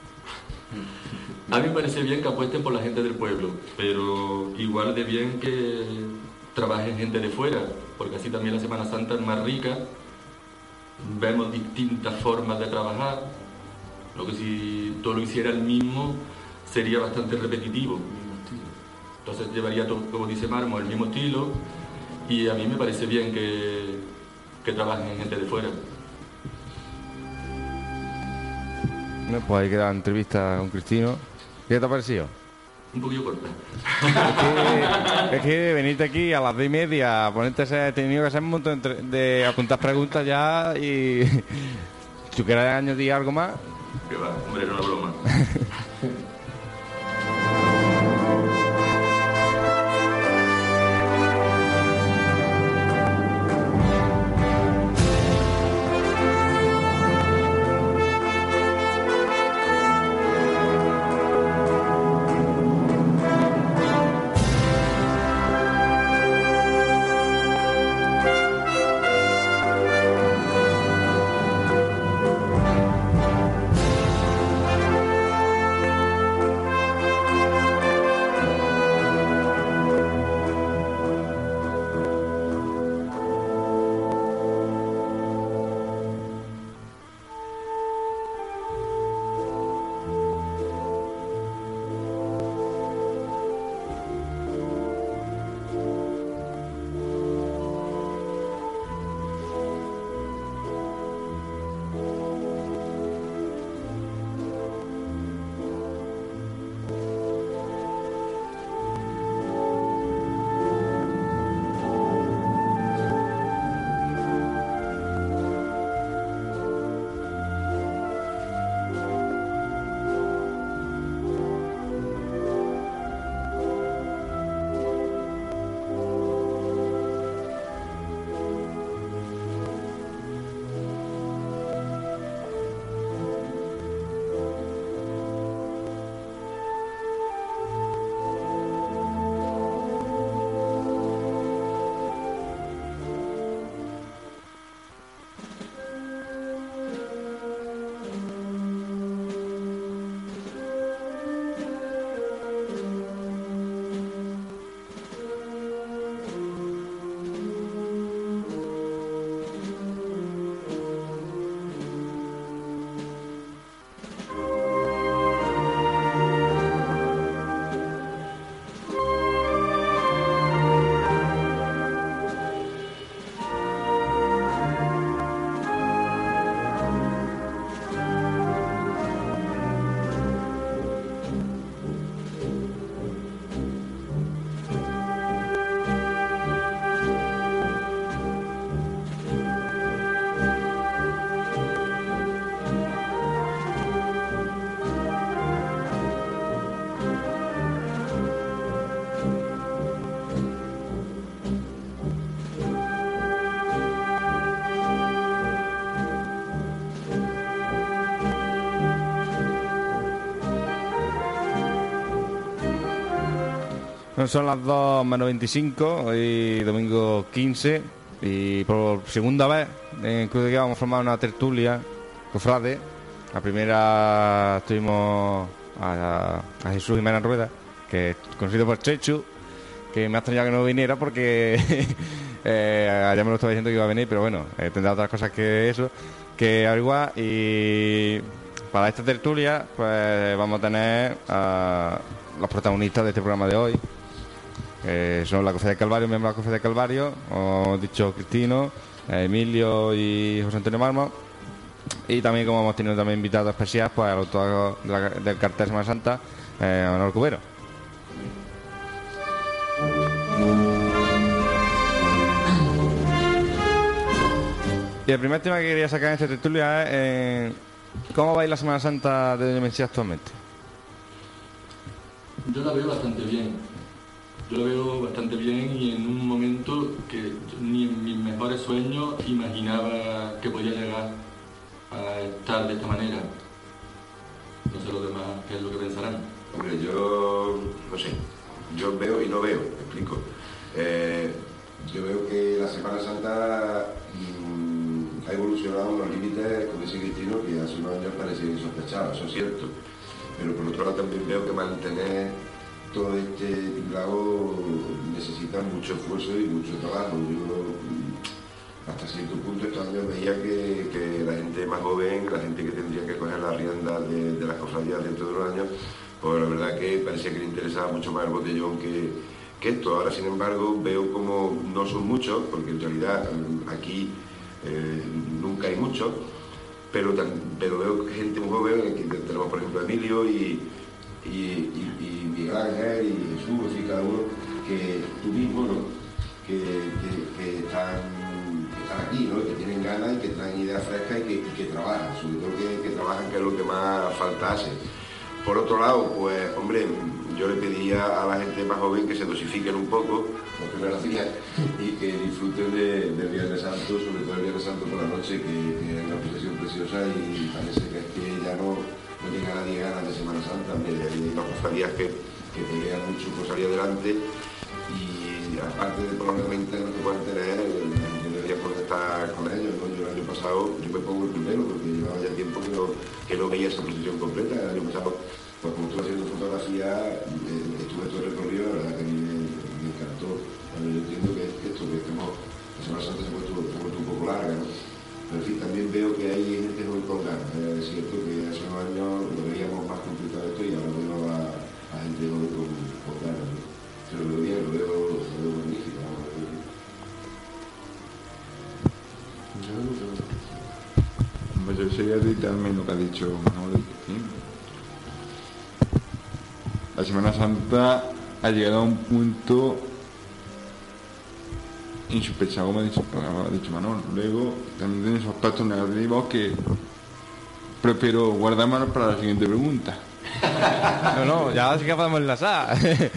A mí me parece bien que apuesten por la gente del pueblo, pero igual de bien que trabajen gente de fuera, porque así también la Semana Santa es más rica, vemos distintas formas de trabajar, lo que si todo lo hiciera el mismo sería bastante repetitivo. Entonces llevaría, todo, como dice Marmo, el mismo estilo, y a mí me parece bien que, que trabajen en gente de fuera. Bueno, pues ahí queda la entrevista con Cristino. ¿Qué te ha parecido? Un poquillo corta. Es que, es que venirte aquí a las diez y media, a ponerte ese, he tenido que hacer un montón de, de apuntar preguntas ya y... ¿Tú quieres añadir algo más? Que va, hombre, era una broma. Son las dos menos veinticinco, hoy domingo quince, y por segunda vez en Cruz de Guía vamos a formar una tertulia cofrade. La primera estuvimos a, a Jesús Jiménez Rueda, que es conocido por Chechu, que me ha extrañado que no viniera porque eh, ayer me lo estaba diciendo que iba a venir, pero bueno, eh, tendrá otras cosas que eso, que averiguar. Y para esta tertulia pues vamos a tener a los protagonistas de este programa de hoy. Eh, son la Cofradía del Calvario, miembros de la Cofradía del Calvario, como he dicho, Cristino, eh, Emilio y José Antonio Marmo. Y también, como hemos tenido también invitados especiales, pues al autor de la, del cartel Semana Santa, eh, Manuel Cubero. Y el primer tema que quería sacar en esta tertulia es eh, ¿cómo va a ir la Semana Santa de Doña Mencía actualmente? Yo la veo bastante bien. Yo lo veo bastante bien y en un momento que ni en mis mejores sueños imaginaba que podía llegar a estar de esta manera. No sé los demás qué es lo que pensarán. Hombre, yo no sé, yo veo y no veo, me explico. Eh, yo veo que la Semana Santa mmm, ha evolucionado a unos límites, como dice Cristino, que hace unos años parecían insospechados, eso es cierto. Pero por otro lado también veo que mantener todo este tinglado necesita mucho esfuerzo y mucho trabajo. Yo hasta cierto punto estos años veía que, que la gente más joven, la gente que tendría que coger la rienda de, de las cofradías dentro de unos años, pues la verdad que parecía que le interesaba mucho más el botellón que, que esto. Ahora, sin embargo, veo como no son muchos, porque en realidad aquí eh, nunca hay muchos, pero, pero veo gente muy joven, aquí tenemos por ejemplo a Emilio y, y, y, y Miguel Ángel y Jesús, y cada uno, que tú mismo, ¿no? que, que, que, están, que están aquí, ¿no? Que tienen ganas y que traen ideas frescas y que, y que trabajan, sobre todo que, que trabajan, que es lo que más falta hace. Por otro lado, pues hombre, yo le pediría a la gente más joven que se dosifiquen un poco, por primera vez, y que disfruten de, del Viernes Santo, sobre todo el Viernes Santo por la noche, que, que es una procesión preciosa y parece que es que ya no, no llega nadie ganas de Semana Santa. Mire, hay unas cofradías que, que pelean mucho por salir adelante y aparte del problema interno que pueden tener, la gente debería poder estar con ellos, ¿no? Yo el año pasado, yo me pongo el primero porque llevaba ya tiempo que no, que no veía esa procesión completa. El año pasado, pues como estuve haciendo fotografía, eh, estuve todo el recorrido, la verdad que a mí me, me encantó. Bueno, yo entiendo que, que esto, que estamos, la Semana Santa se ha puesto, se ha puesto un poco larga, ¿no? Pero en fin, también veo que hay gente joven con ganas. Eh, es cierto que hace unos años lo veíamos más complicado esto y ahora veo a, a gente joven con, con ganas, ¿no? Pero lo veo bien, lo veo, lo veo magnífico, ¿no? Pues yo sería editarme lo que ha dicho Manolo. ¿Sí? La Semana Santa ha llegado a un punto insospechado, como ha dicho, como ha dicho Manolo. Luego también tiene esos aspectos negativos que prefiero guardármelos para la siguiente pregunta. No, no, ya sí que podemos enlazar.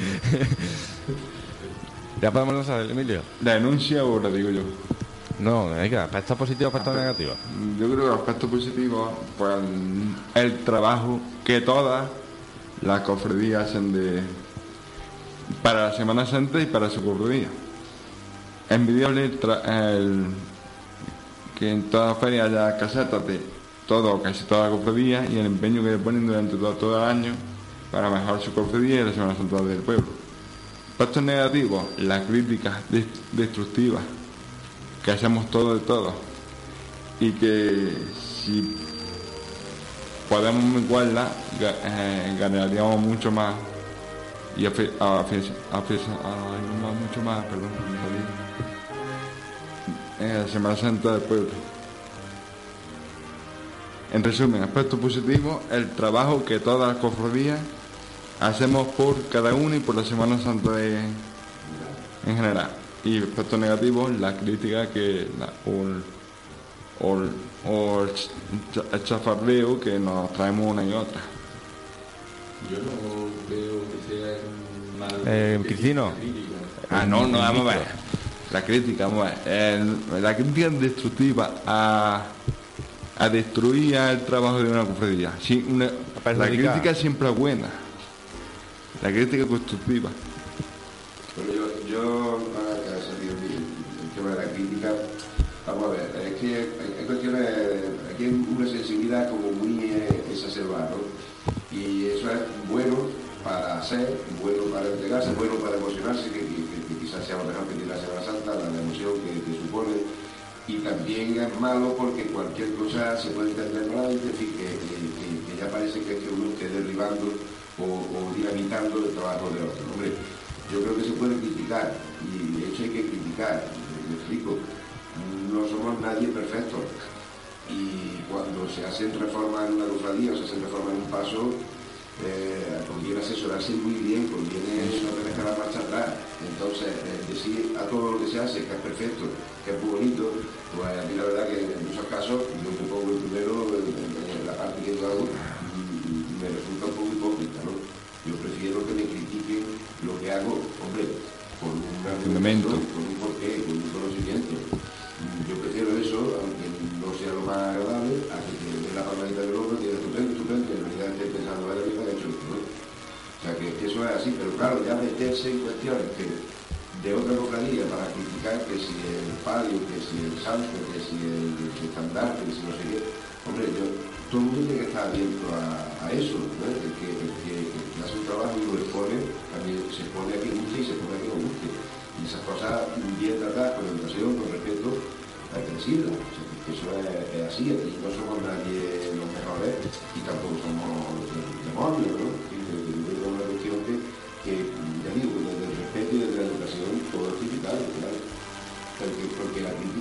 Ya podemos enlazar, Emilio. ¿La denuncia ahora, digo yo? No, venga, aspectos positivos, aspectos negativos. Yo creo que los aspectos positivos, pues el, el trabajo que todas las cofradías hacen de para la Semana Santa y para su cofradía. Envidiable el, tra- el que en todas las ferias haya casetas de todo, casi toda la cofradía y el empeño que le ponen durante todo, todo el año para mejorar su cofradía y la Semana Santa del pueblo. Aspectos negativos, las críticas de- destructivas que hacemos todo de todo y que si podemos menguarla ga- eh, ganaríamos mucho más y afe- afe- afe- a- mucho más, perdón, en la Semana Santa del pueblo. En resumen, aspecto positivo, el trabajo que todas las cofradías hacemos por cada uno y por la Semana Santa de, en general. Y aspectos negativos, la crítica que la, o, el, o, el, o el ch- el chafardeo que nos traemos una y otra. Yo no veo que sea un mal... Eh, Cristino. Ah, no, no, vamos a ver. La crítica, vamos a ver. El- la crítica destructiva a, a destruir el trabajo de una cofradía. Sí, una, la crítica siempre es buena. La crítica constructiva. Bueno, yo, yo para que ha salido el, el tema de la crítica, vamos a ver, es que hay, hay cuestiones, aquí hay una sensibilidad como muy eh, exacerbada, ¿no? Y eso es bueno para hacer, bueno para entregarse, bueno para emocionarse, que, que, que quizás sea lo mejor que tiene la Semana Santa, la, la emoción que, que supone, y también es malo porque cualquier cosa se puede entender malamente, en fin, que, que, que, que ya parece que es que uno esté derribando o, o dinamitando el trabajo de otro. Hombre, yo creo que se puede criticar, y de hecho hay que criticar, me explico, no somos nadie perfecto, y cuando se hacen reformas en una cofradía o se hacen reformas en un paso, eh, conviene asesorarse muy bien, conviene no tener que dar marcha atrás. Entonces, eh, decir a todo lo que se hace que es perfecto, que es muy bonito, pues a mí la verdad que en muchos casos, yo me pongo el primero, en, en la parte que yo hago, me resulta un poco hipócrita, ¿no? Yo prefiero que me critiquen lo que hago, hombre, con un argumento, con un porqué, con un conocimiento. Yo prefiero eso, aunque no sea lo más agradable, a que te dé la palmadita del hombro y diga estupendo, estupendo, y en realidad esté pensando, vaya bien, ha hecho esto, ¿no? O sea, que, que eso es así, pero claro, ya meterse en cuestiones que de otra cofradía para criticar que si el palio, que si el santo, que si el, el estandarte, que si no sé qué, hombre, yo, todo el mundo tiene que estar abierto a, a eso, ¿no? El que, el que, el que hace un trabajo y lo expone, también se expone a que guste y se expone a que no guste. Y esas cosas bien tratadas, con educación, con respeto, hay que decirlas. O sea, que eso es, es así, y no somos nadie los mejores y tampoco somos los demonios, ¿no? Y,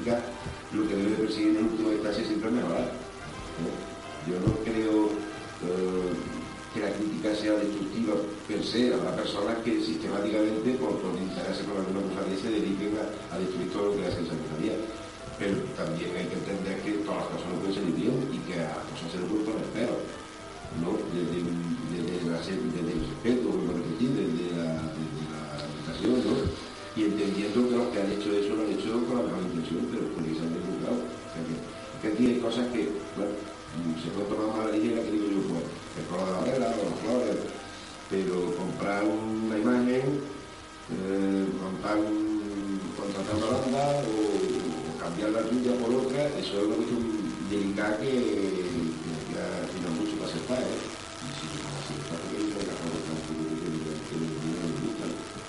crítica lo que debe perseguir en última instancia siempre es mejorar, ¿no? Yo no creo eh, que la crítica sea destructiva per se. Habrá personas que sistemáticamente por, por interesarse con alguna cofradía se dediquen a, a destruir todo lo que hace esa cofradía, pero también hay que entender que todas las cosas no pueden salir bien y que a las cosas se le pueden poner pero, ¿no? Desde, desde, la, desde el respeto, como repetir, desde la, desde la educación, ¿no? Y entendiendo que los que han hecho eso lo han hecho con la mejor intención, pero porque se han equivocado. O sea que, que aquí hay cosas que, bueno, se puede tomar más a la ligera, que digo yo, pues, el color de la vela o las flores, pero comprar una imagen, eh, comprar un, contratar una banda o, o cambiar la tuya por otra, eso es una cuestión delicada que, que, que tiene mucho para aceptar, ¿eh? Y si no acepta, porque hay que dejar de estar un poco de que me gusta,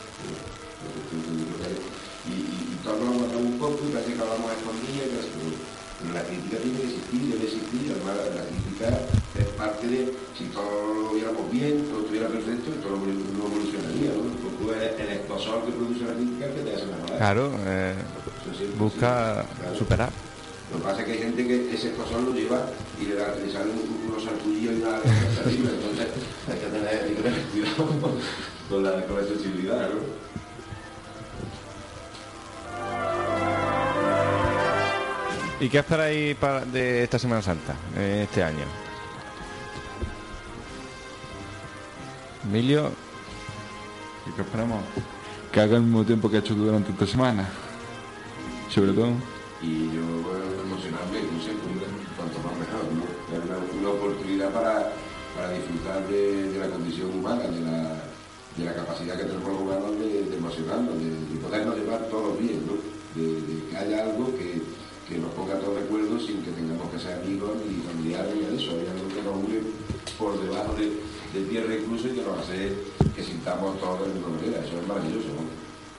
y, y, y todos nos matamos un poco y parece que hablamos a escondidas, pero, pero la crítica tiene que existir, debe existir. Además la, la crítica es parte de, si todo lo viéramos bien, todo estuviera perfecto, todo no evolucionaría, ¿no? Un poco es el explosor que produce la crítica que te hace mejorar. Claro, eh, busca claro. superar. Lo que pasa es que hay gente que ese explosor lo lleva y le, da, le salen unos sarpullidos y una arriba, entonces hay que tener, hay que tener cuidado con la, con la sensibilidad, ¿no? ¿Y qué esperáis para, de esta Semana Santa, eh, este año? Emilio. ¿Y qué esperamos? Que haga el mismo tiempo que ha hecho durante esta semana. Sobre todo. Y yo, bueno, emocionarme, no sé, cuanto más mejor, ¿no? Es una, una oportunidad para, para disfrutar de, de la condición humana, de la, de la capacidad que tenemos los humanos de, de emocionarnos, de, de podernos llevar todos bien, ¿no? De, de que haya algo que, que nos ponga todos de acuerdo sin que tengamos que ser amigos ni familiares ni eso. Hay algo que nos une por debajo de, de tierra incluso y que nos hace que sintamos todos de la misma manera. Eso es maravilloso, ¿no?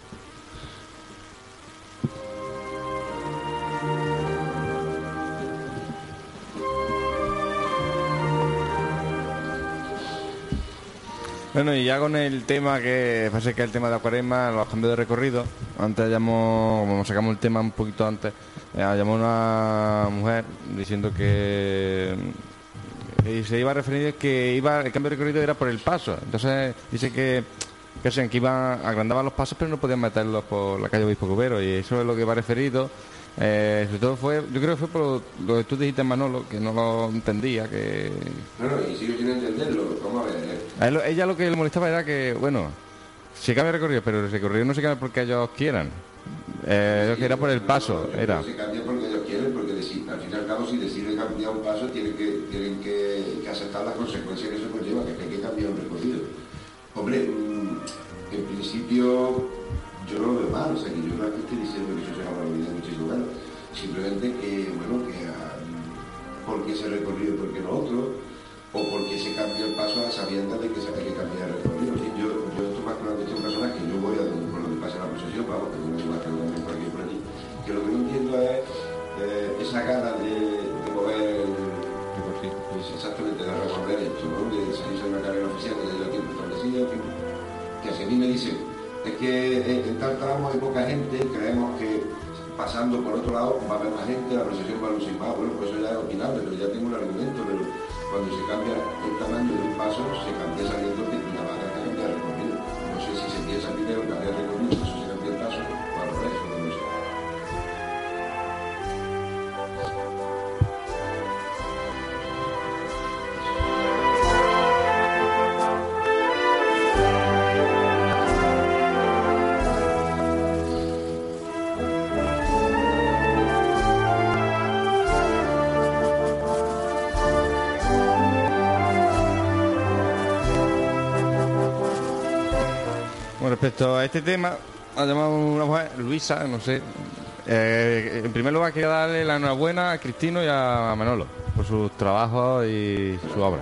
Bueno, y ya con el tema que parece que es el tema de la cuaresma, los cambios de recorrido. Antes llamó, como sacamos el tema un poquito antes, eh, llamó una mujer diciendo que y se iba a referir que iba el cambio de recorrido era por el paso. Entonces dice que que, sean, que iban agrandaban los pasos pero no podían meterlos por la calle Obispo Cubero, y eso es lo que va referido. Eh, sobre todo fue, yo creo que fue por lo que tú dijiste, Manolo, que no lo entendía, que... No, no, y sigo sin entenderlo, vamos a ver. Eh. A él, ella lo que le molestaba era que, bueno, se cambia el recorrido, pero el recorrido no se cambia porque ellos quieran. Eh, sí, ellos querían por el paso, no, era. No se cambia porque ellos quieren, porque deci- al fin y al cabo si deciden cambiar un paso tienen que, tienen que, que aceptar las consecuencias que eso conlleva, que es que hay que cambiar un recorrido. Hombre, mmm, en principio... yo no lo veo mal, o sea, que yo no es que estoy diciendo que eso sea una barbaridad muchísimo menos, simplemente que, bueno, que uh, por qué ese recorrido y por qué no otro, o por qué se cambia el paso a sabiendas de que se hay que cambiar el recorrido. Sí, yo, yo esto más con una cuestión personal, que yo voy a donde, por donde pasa la procesión, vamos, que no me gusta también por aquí y por allí, que lo que no entiendo es eh, esa gana de, de mover, pues, exactamente, de recorrer esto, ¿no? De salirse de una carrera oficial que ya lleva tiempo establecido, que si a mí me dicen es que en tal tramo hay poca gente, creemos que pasando por otro lado va a haber más gente, la procesión va a lucir más. Bueno, pues eso ya es opinable, pero ya tengo un argumento, pero cuando se cambia el tamaño de un paso, se cambia sabiendo que la va a tener que cambiar el recorrido. No sé si se piensa primero cambiar el recorrido, eso se cambia el paso, o al revés, eso no lo sé. Respecto a este tema, ha llamado una mujer, Luisa, no sé. Eh, en primer lugar, quiero darle la enhorabuena a Cristino y a Manolo por sus trabajos y su obra.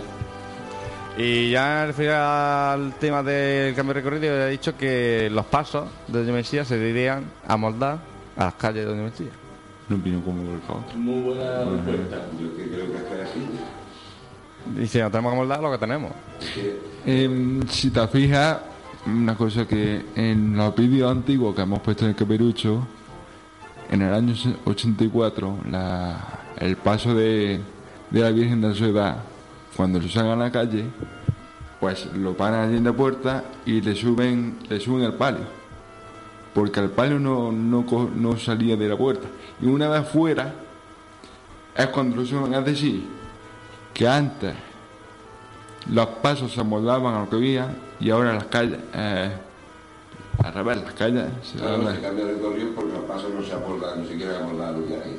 Y ya referido al tema del cambio de recorrido, he dicho que los pasos de Doña Mesía se deberían amoldar a las calles de Doña Mesía. No opino como el otro. Muy buena respuesta. Yo que creo que es así. Dice, no tenemos que amoldar lo que tenemos. Eh, si te fijas, una cosa que en los vídeos antiguos que hemos puesto en el Caperucho, en el año ochenta y cuatro, la, el paso de, de la Virgen de la Soledad, cuando se salga a la calle, pues lo paran allí en la puerta y le suben, le suben el palio, porque el palio no, no, no salía de la puerta. Y una vez fuera, es cuando lo suben. Es decir, que antes los pasos se amoldaban a lo que había y ahora las calles, eh, al revés, las calles se, claro, no se cambia el recorrido porque los pasos no se amoldan, no se quieren amoldar lo que hay.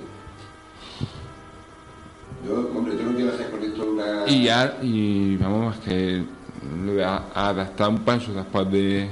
Yo, hombre, yo no quiero hacer con esto una... Y ya, y vamos, que a, a adaptar un paso después de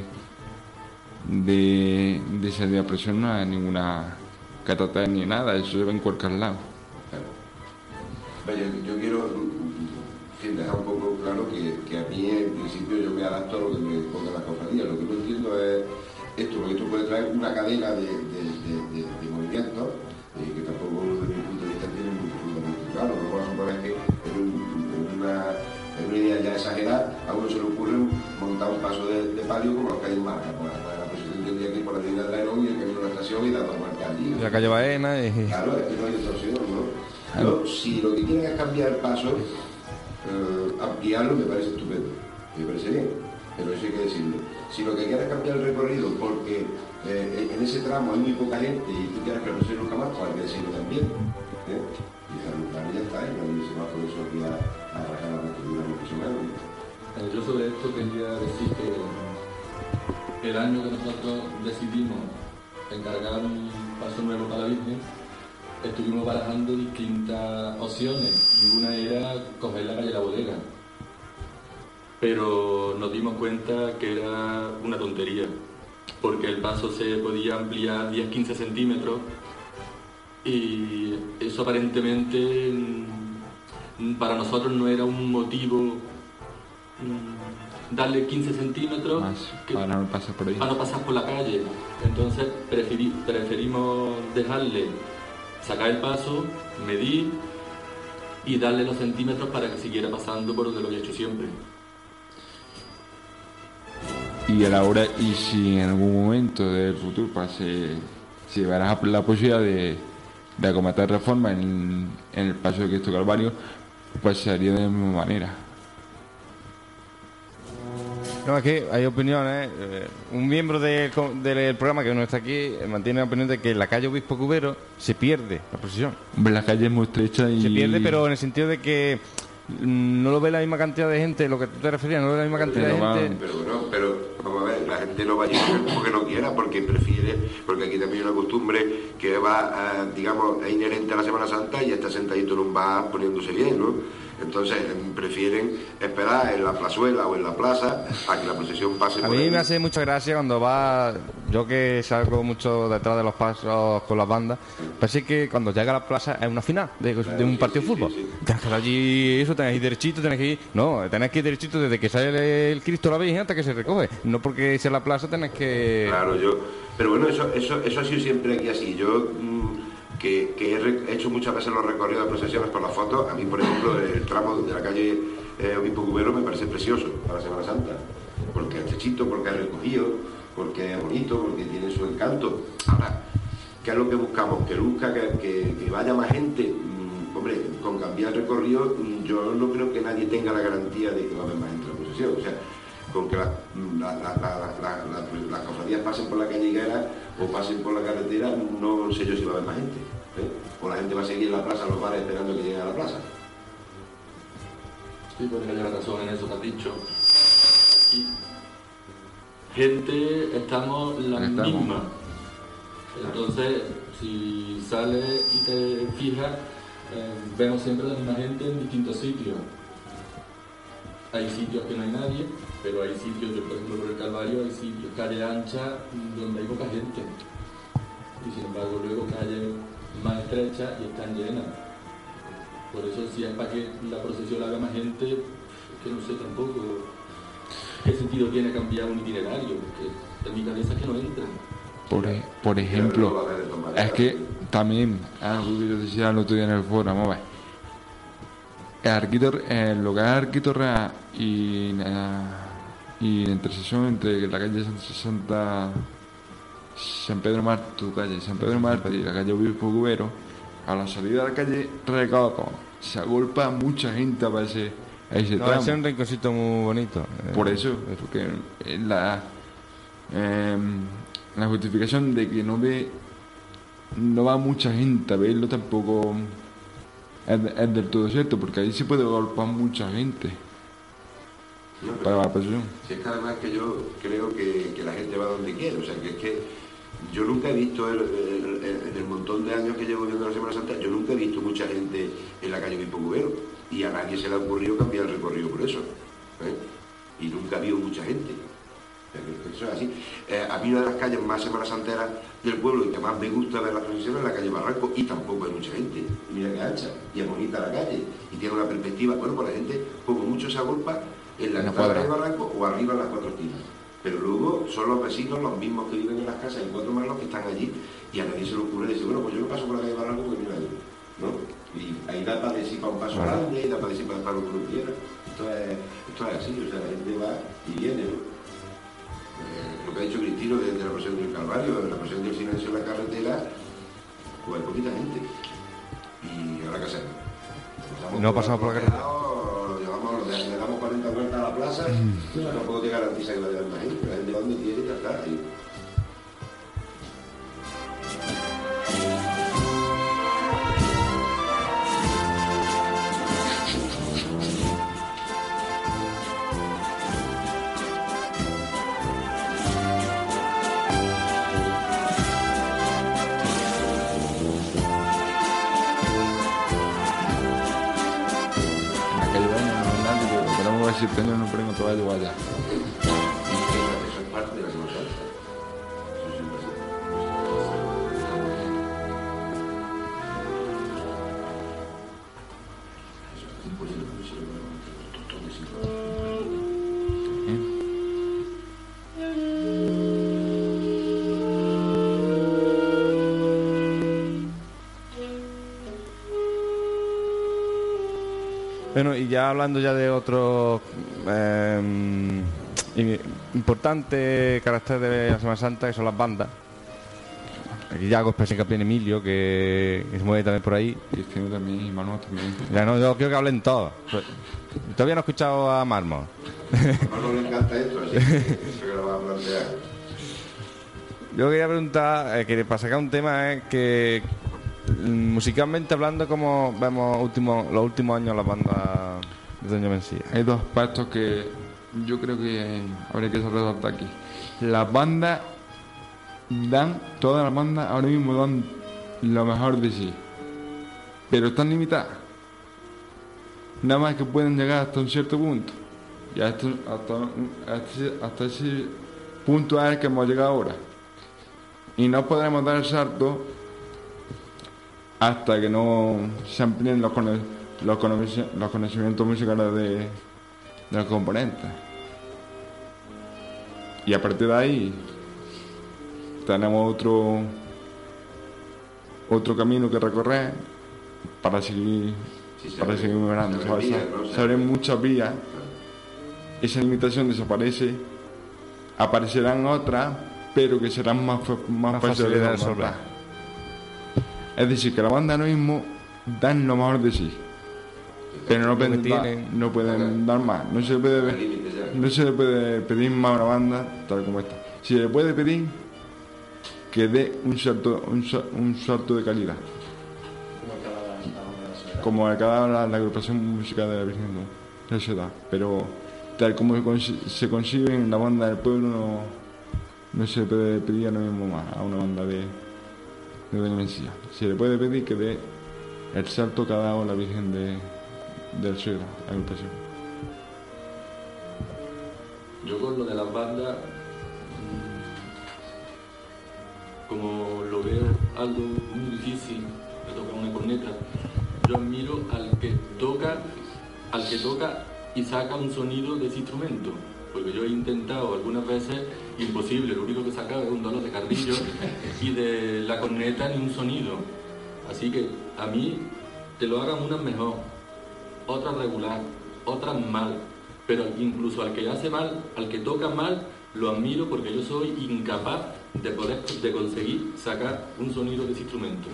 de, de salir a presión no hay ninguna catata ni nada, eso se ve en cualquier lado. Claro. Yo, yo quiero fin, dejar un poco claro que, que a mí en principio yo me adapto a lo que me pongan las cofradías. Lo que no entiendo es esto, porque esto puede traer una cadena de, de, de, de, de movimientos eh, que tampoco desde mi punto de vista tiene muy profundamente claro. No vamos a suponer que en, un, en, una, en una idea ya exagerada a uno se le ocurre montar un paso de, de palio como los que hay en Málaga. Pues, pues la posición tendría que ir por la avenida de León y el camino de la estación y dando vueltas allí. La calle Baena y... Claro, es que no hay otra opción, ¿no? Yo, si lo que quieren es cambiar el paso, eh, ampliarlo, me parece estupendo, me parece bien, pero eso hay que decirlo. Si lo que quieres es cambiar el recorrido porque eh, en ese tramo hay muy poca gente y tú quieres que no se nunca más, pues hay que decirlo también. ¿eh? Y la ya está, y no se va por eso aquí a, a bajar la cultura mucho menos. Eh, yo sobre esto quería decir que el año que nosotros decidimos encargar un paso nuevo para la Virgen, estuvimos barajando distintas opciones y una era coger la calle La Bodega, pero nos dimos cuenta que era una tontería porque el paso se podía ampliar diez a quince centímetros y eso aparentemente para nosotros no era un motivo darle quince centímetros más, que, para no pasar por ahí, para no pasar por la calle. Entonces preferi, preferimos dejarle sacar el paso, medir y darle los centímetros para que siguiera pasando por donde lo había hecho siempre. Y a la hora, y si en algún momento del futuro pues, se, se verá la posibilidad de, de acometer reformas en, en el paso de Cristo Calvario, pues se haría de la misma manera. No, es que hay opiniones. Eh, un miembro de, de, del programa que no está aquí mantiene la opinión de que la calle Obispo Cubero se pierde la procesión. Hombre, la calle es muy estrecha y... Se pierde, pero en el sentido de que no lo ve la misma cantidad de gente, lo que tú te referías, no lo ve la misma cantidad pero de va, gente. Pero bueno, pero vamos a ver, la gente no va a ir porque no quiera, porque prefiere, porque aquí también hay una costumbre que va, a, digamos, es inherente a la Semana Santa y está sentadito en un bar poniéndose bien, ¿no? Entonces prefieren esperar en la plazuela o en la plaza a que la procesión pase a por mí ahí. Me hace mucha gracia cuando va, yo que salgo mucho detrás de los pasos con las bandas, parece que cuando llega a la plaza es una final de, claro, de un sí, partido sí, de fútbol. sí, sí. Tienes que ir allí, eso, tenés que ir derechito, tenés que ir, no, tenés que ir derechito desde que sale el Cristo la Virgen hasta que se recoge, no porque sea la plaza tenés que... Claro, yo, pero bueno, eso, eso, eso ha sido siempre aquí así. Yo mmm, que, que he, re, he hecho muchas veces los recorridos de procesiones con las fotos, a mí por ejemplo el tramo de la calle eh, Obispo Cubero me parece precioso para la Semana Santa, porque es techito, porque es recogido, porque es bonito, porque tiene su encanto. Ahora, ¿qué es lo que buscamos? Que luzca, que, que, que vaya más gente. Mm, hombre, con cambiar el recorrido, mm, yo no creo que nadie tenga la garantía de que va a haber más gente en la procesión. O sea, con que las la, la, la, la, la, la cofradías pasen por la calle Higuera o pasen por la carretera, no sé yo si va a haber más gente. ¿eh? O la gente va a seguir en la plaza, los bares, esperando que lleguen a la plaza. Sí, pues tienes razón en eso que has dicho. Aquí, gente, estamos la Estamos. misma. Entonces, si sales y te fijas, eh, vemos siempre la misma gente en distintos sitios. Hay sitios que no hay nadie, pero hay sitios, yo, por ejemplo por el Calvario, hay sitios, calle ancha, donde hay poca gente. Y sin embargo luego calles más estrechas y están llenas. Por eso si es para que la procesión la haga más gente, es que no sé tampoco qué sentido tiene cambiar un itinerario, porque en mi cabeza es que no entra. Por, e- por ejemplo, es que también, algo que yo decía el otro día en el foro, vamos a ver, el Arquitor, eh, lo que es Arquitorra y, eh, y la intersección entre la calle Santa, San Pedro Mártir, tu calle, San Pedro Mártir y la calle Obispo Cubero, a la salida de la calle Recodo, se agolpa mucha gente a ese, a ese No, tramo. ese es un rinconcito muy bonito. Por Eh, eso, porque es la, eh, la justificación de que no ve, no va mucha gente a verlo tampoco es, es del todo cierto, porque ahí se puede agolpar mucha gente No, pero- para la pasión. Si es que además que yo creo que, que la gente va donde quiere, o sea, que es que yo nunca he visto, el- el- el- en el montón de años que llevo viendo la Semana Santa, yo nunca he visto mucha gente en la calle Obispo Cubero, y a nadie se le ha ocurrido cambiar el recorrido por eso, ¿eh? Y nunca ha habido mucha gente. O sea, que eso es así. Eh, a mí una de las calles más Semana Santeras del pueblo y que más me gusta ver las procesiones es la calle Barranco, y tampoco hay mucha gente. Y mira que ancha, y es bonita la calle, y tiene una perspectiva, bueno, pues la gente como mucho se agolpa en la En la entrada cuadra. del barranco o arriba en las cuatro esquinas. Pero luego son los vecinos, los mismos que viven en las casas en Cuatro Manos, que están allí, y a nadie se le ocurre decir, bueno, pues yo no paso por la calle Barranco porque mira allí, ¿no? Y ahí da para decir para un paso Vale. grande, y da para decir para, para lo que uno quiera. Esto es, esto es así, o sea, la gente va y viene, ¿no? Eh, lo que ha dicho Cristino de, de la procesión del Calvario, de la procesión del silencio en la carretera, pues hay poquita gente. Y ahora qué hacemos. Nos No pasamos por la carretera. Lo llevamos, lo de- le damos cuarenta vueltas a la plaza, no puedo te garantiza que va a llevar más gente, la gente va donde quiere y ya está. Y- En la calle Baña, no Hernández, que queremos ver si este año no ponemos todo algo allá. Eso es parte de la Semana Santa. Eso siempre ha sido. Eso es imposible, porque si lo vemos entre los tostones y todo. Bueno, y ya hablando ya de otro eh, i- importante carácter de la Semana Santa, que son las bandas. Aquí ya hago especial hincapié en Emilio, que, que se mueve también por ahí. Y este año también, y Manuel también. Ya no, yo quiero que hablen todos. Todavía no he escuchado a Mármol. A Manolo le encanta esto, así que eso que lo va a plantear. Yo quería preguntar, eh, que para sacar un tema, es que mm, musicalmente hablando, ¿cómo vemos último, los últimos años las bandas de Doña Mencía? Hay dos aspectos que yo creo que habría que resaltar aquí. Las bandas dan, todas las bandas ahora mismo dan lo mejor de sí, pero están limitadas. Nada más que pueden llegar hasta un cierto punto. Y hasta, hasta, hasta, ese- hasta ese punto es el que hemos llegado ahora. Y no podremos dar el salto hasta que no se amplíen los, cono- los, conoci- los conocimientos musicales de, de los componentes. Y a partir de ahí tenemos otro otro camino que recorrer para seguir Sí, se para abre- seguir mejorando. se Se, abren se- vías, ¿no? Se se abren abren- muchas vías, esa limitación desaparece, aparecerán otras, pero que serán más, fa- más, Más fáciles de fáciles de resolver. resolver. Es decir, que la banda ahora mismo dan lo mejor de sí, pero no Lo que pueden, dar, tienen. no pueden dar más. No se le puede Hay límites ya. no se le puede pedir más a una banda tal como esta. Se le puede pedir que dé un salto, un, sa- un salto de calidad, como a cada la, la agrupación musical de la Virgen de la Ciudad. Pero tal como se, consi- se concibe en la banda del pueblo, no, no se le puede pedir ahora mismo más a una banda de, de Doña Mencía. Se le puede pedir que dé el salto que ha dado la Virgen de, del Ciudad, la agrupación. Yo con lo de las bandas, mm, como lo veo algo muy difícil de tocar una corneta, yo admiro al que toca, al que toca y saca un sonido de ese instrumento. Porque yo he intentado algunas veces, imposible, lo único que sacaba es un dolor de carrillo y de la corneta ni un sonido. Así que a mí te lo hagan unas mejor, otras regular, otras mal. Pero incluso al que hace mal, al que toca mal, lo admiro porque yo soy incapaz de poder de conseguir sacar un sonido de ese instrumento.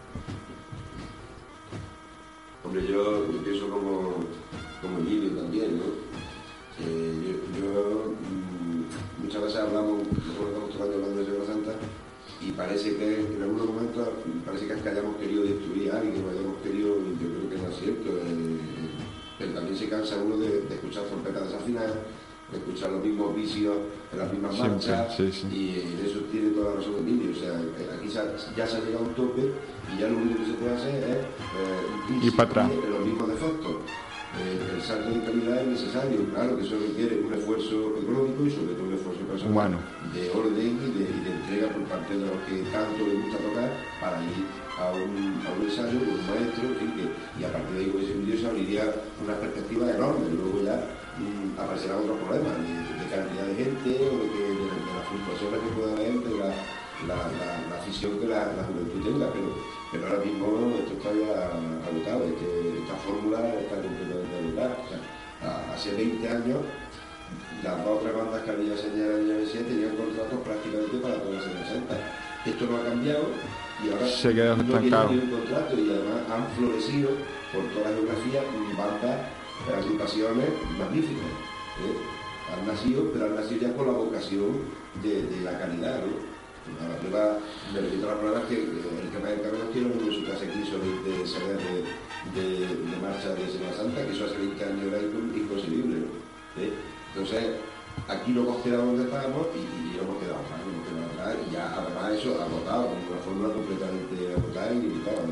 Hombre, yo, yo pienso como, como Emilio también, ¿no? Eh, yo, yo mmm, muchas veces hablamos, nosotros estamos tocando hablando de Semana Santa, y parece que en algunos momentos parece que es que hayamos querido destruir a alguien, o hayamos querido, yo creo que no es cierto, eh, pero también se cansa uno de, de escuchar trompetas desafinadas, de escuchar los mismos vicios en las mismas marchas, sí, sí. Y en eso tiene toda la razón Emilio. O sea, aquí se ha, ya se ha llegado a un tope y ya lo único que se puede hacer es eh, ir para atrás en los mismos defectos. Eh, el salto de calidad es necesario, claro que eso requiere un esfuerzo económico y sobre todo un esfuerzo personal, bueno, de orden y de, y de entrega por parte de los que tanto les gusta tocar para ir a un, a un ensayo con un maestro, en fin, que, y a partir de ahí con ese vídeo se abriría una perspectiva enorme. Luego ya mmm, aparecerán otros problemas de, de cantidad de gente o de, que, de, de las fluctuaciones que pueda haber de la, la, la, la afición que la, la juventud tenga, pero, pero ahora mismo esto está ya agotado, este, esta fórmula está completamente agotada. O sea, hace veinte años las dos o tres bandas que había señalado en el año tenían contratos prácticamente para toda la Semana Santa. Esto no ha cambiado y ahora se quedó no estancado. tienen un contrato y además han florecido por toda la geografía bandas, agrupaciones magníficas. ¿eh? Han nacido, pero han nacido ya con la vocación de, de la calidad, ¿no? La prueba, me repito la prueba, es que el que más encargado quiero en su casa quiso de salir de, de, de marcha de Semana Santa, que eso hace veinte años era inconcebible, ¿no? ¿eh? Entonces, aquí nos hemos quedado donde estábamos y, y no hemos quedado atrás, no hemos quedado atrás, y ya además eso agotado, con una fórmula completamente agotada y limitada.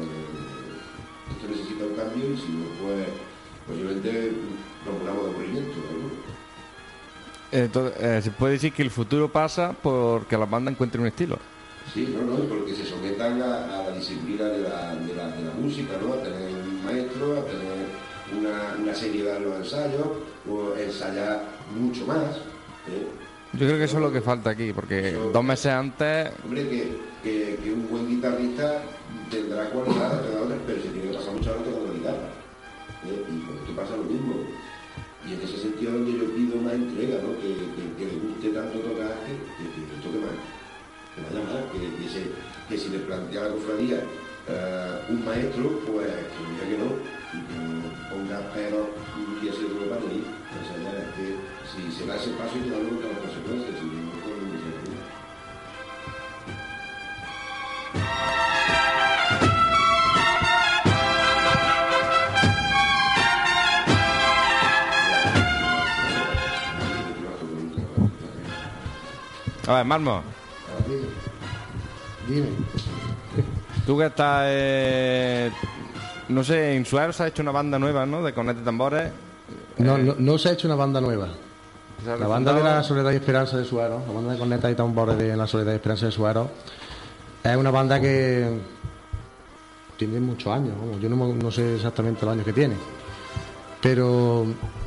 Esto necesita un cambio y si no, pues, posiblemente nos muramos de aburrimiento, ¿no? Entonces, eh, se puede decir que el futuro pasa porque las bandas encuentren un estilo. Sí, no, no, porque se sometan a, a la disciplina de la, de, la, de la música, ¿no? A tener un maestro, a tener una, una seriedad en los ensayos, o ensayar mucho más. ¿eh? Yo creo que eso es lo que falta aquí, porque eso, dos meses antes... Hombre, que, que, que un buen guitarrista tendrá cualidades, pero se tiene que pasar mucho rato con la guitarra. ¿eh? Y con esto pasa lo mismo. Y en ese sentido donde yo pido más entrega, ¿no? que, que, que le guste tanto tocar que, que, que toque más, que vaya más, que, que, se, que si le plantea a la cofradía uh, un maestro, pues que diga que no, y que no ponga pero y así lo para ir. O sea, ya es que si se da ese paso y te da luego todas las consecuencias, si no, no puedo decir. A ver, Marmo. Dime. Tú que estás, eh, no sé, en Suero se ha hecho una banda nueva, ¿no? De cornetas y tambores. No, eh, no, no se ha hecho una banda nueva. La banda de la Soledad y Esperanza de Suero, la banda de cornetas y tambores de la Soledad y Esperanza de Suero, es una banda que tiene muchos años. ¿no? Yo no, no sé exactamente los años que tiene, pero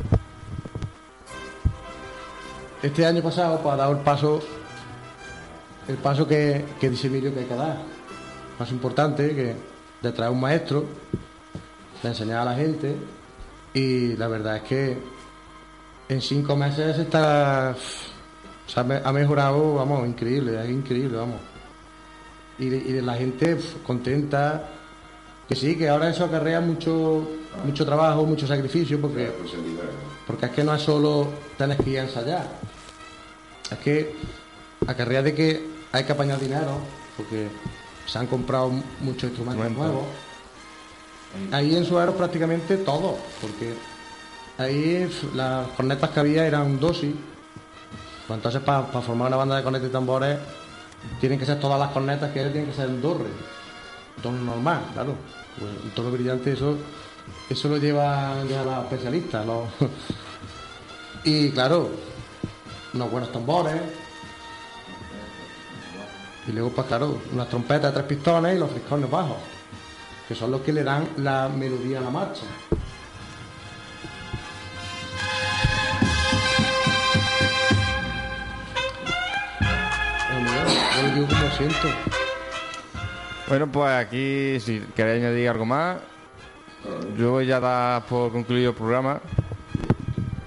este año pasado pues, ha dado el paso el paso que, que dice Emilio que hay que dar, paso importante, que de traer un maestro, de enseñar a la gente, y la verdad es que en cinco meses está, o sea, ha mejorado, vamos, increíble, es increíble, vamos, y, y la gente contenta, que sí, que ahora eso acarrea mucho mucho trabajo, mucho sacrificio, porque porque es que no es solo tener que ir a ensayar, es que acarrea de que hay que apañar dinero, porque se han comprado muchos instrumentos nuevos. Ahí en Suero prácticamente todo, porque ahí las cornetas que había eran dosis. Pues entonces para pa formar una banda de cornetas y tambores tienen que ser todas las cornetas que hay, tienen que ser en do re, tono normal, claro. Pues un tono brillante, eso eso lo lleva ya los especialistas. Los... y claro, unos buenos tambores. Y luego, pues claro, unas trompetas de tres pistones y los friscornes bajos, que son los que le dan la melodía a la marcha. Yo digo como siento. Bueno, pues aquí, si queréis añadir algo más, yo ya da por concluido el programa.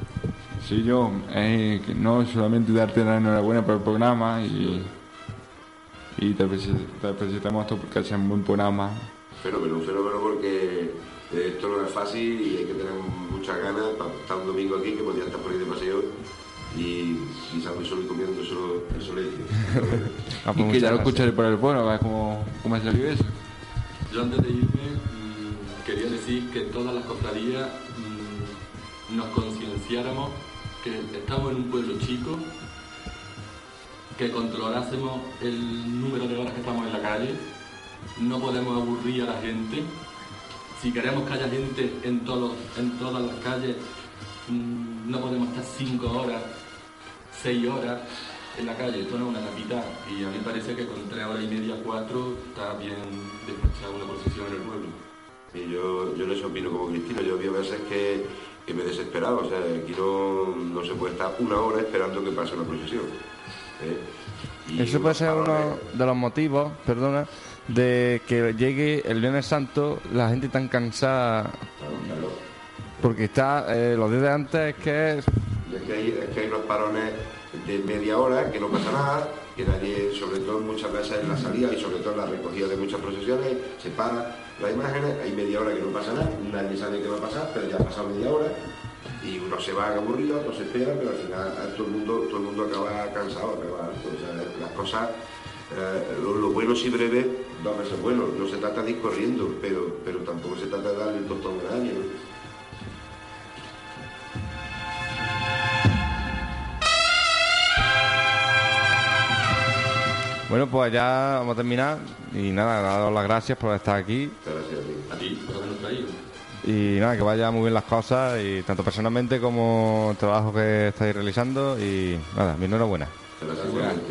Sí, yo, eh, no solamente darte la enhorabuena por el programa y... y te, felicit- te felicitamos a todos porque hacen un buen programa. Fenómeno, un fenómeno porque esto no es fácil y hay que tener muchas ganas para estar un domingo aquí que podía estar por ahí de paseo y pisando solo y comiendo solo el solecito. Ah, pues y que ya lo escucharé por el foro, a ver cómo, cómo salió eso. Yo antes de irme mmm, quería decir que todas las cofradías mmm, nos concienciáramos que estamos en un pueblo chico, que controlásemos el número de horas que estamos en la calle, no podemos aburrir a la gente. Si queremos que haya gente en, todos, en todas las calles, mmm, no podemos estar cinco horas, seis horas en la calle. Esto no es una capital y a mí me parece que con tres horas y media, cuatro, está bien despachar una procesión en el pueblo. Y yo, yo les opino como Cristina. Yo había veces que, que me desesperaba. O sea, aquí no, no se puede estar una hora esperando que pase una procesión. ¿eh? Y Eso puede ser unos uno parones. de los motivos, perdona, de que llegue el Viernes Santo la gente tan cansada, Claro, claro. porque está eh, los días de antes, que es Es que, hay, es que hay unos parones de media hora que no pasa nada, que nadie, sobre todo muchas veces en la salida y sobre todo en la recogida de muchas procesiones, se para las imágenes, hay media hora que no pasa nada, nadie sabe qué va a pasar, pero ya ha pasado media hora y uno se va aburrido, otro se espera, pero al final eh, todo el mundo, todo el mundo acaba cansado, acaba harto. O sea, las cosas, eh, lo, lo bueno si breve, dos veces bueno, no se trata de ir corriendo, pero, pero tampoco se trata de darle el tostón a nadie, ¿no? bueno, pues ya vamos a terminar y nada, daros las gracias por estar aquí Gracias a ti. A ti, por habernos traído. y nada, que vaya muy bien las cosas y tanto personalmente como el trabajo que estáis realizando y nada, mi enhorabuena. Gracias igualmente.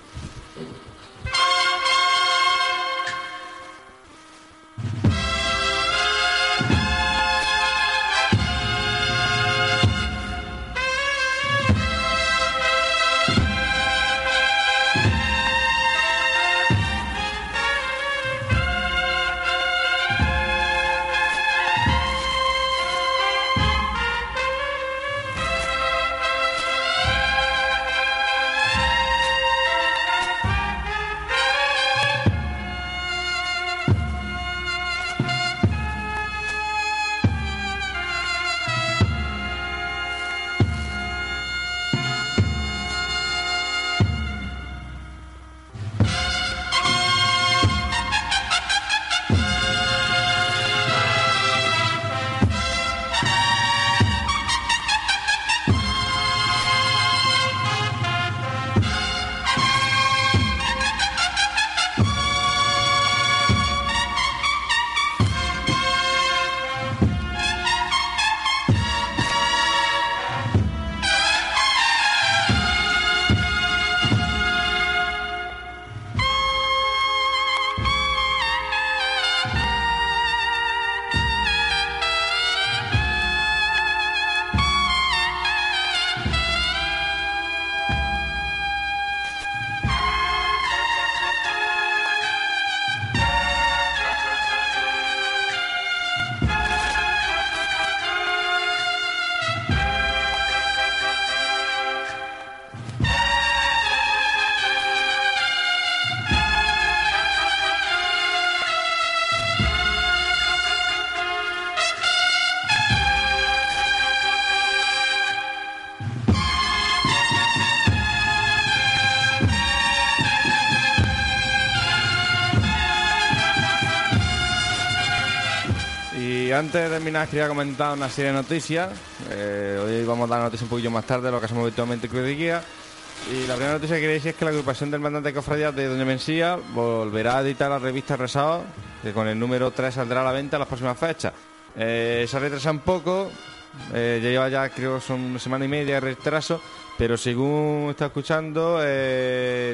Y antes de terminar quería comentar una serie de noticias. Eh, hoy vamos a dar noticias un poquillo más tarde de lo que hacemos habitualmente en Cruz de Guía. Y la primera noticia que quería decir es que la agrupación del mandante de cofradías de Doña Mencía volverá a editar la revista Resados, que con el número tres saldrá a la venta en las próximas fechas. Eh, se retrasa un poco, eh, ya lleva ya creo son una semana y media de retraso, pero según está escuchando, eh,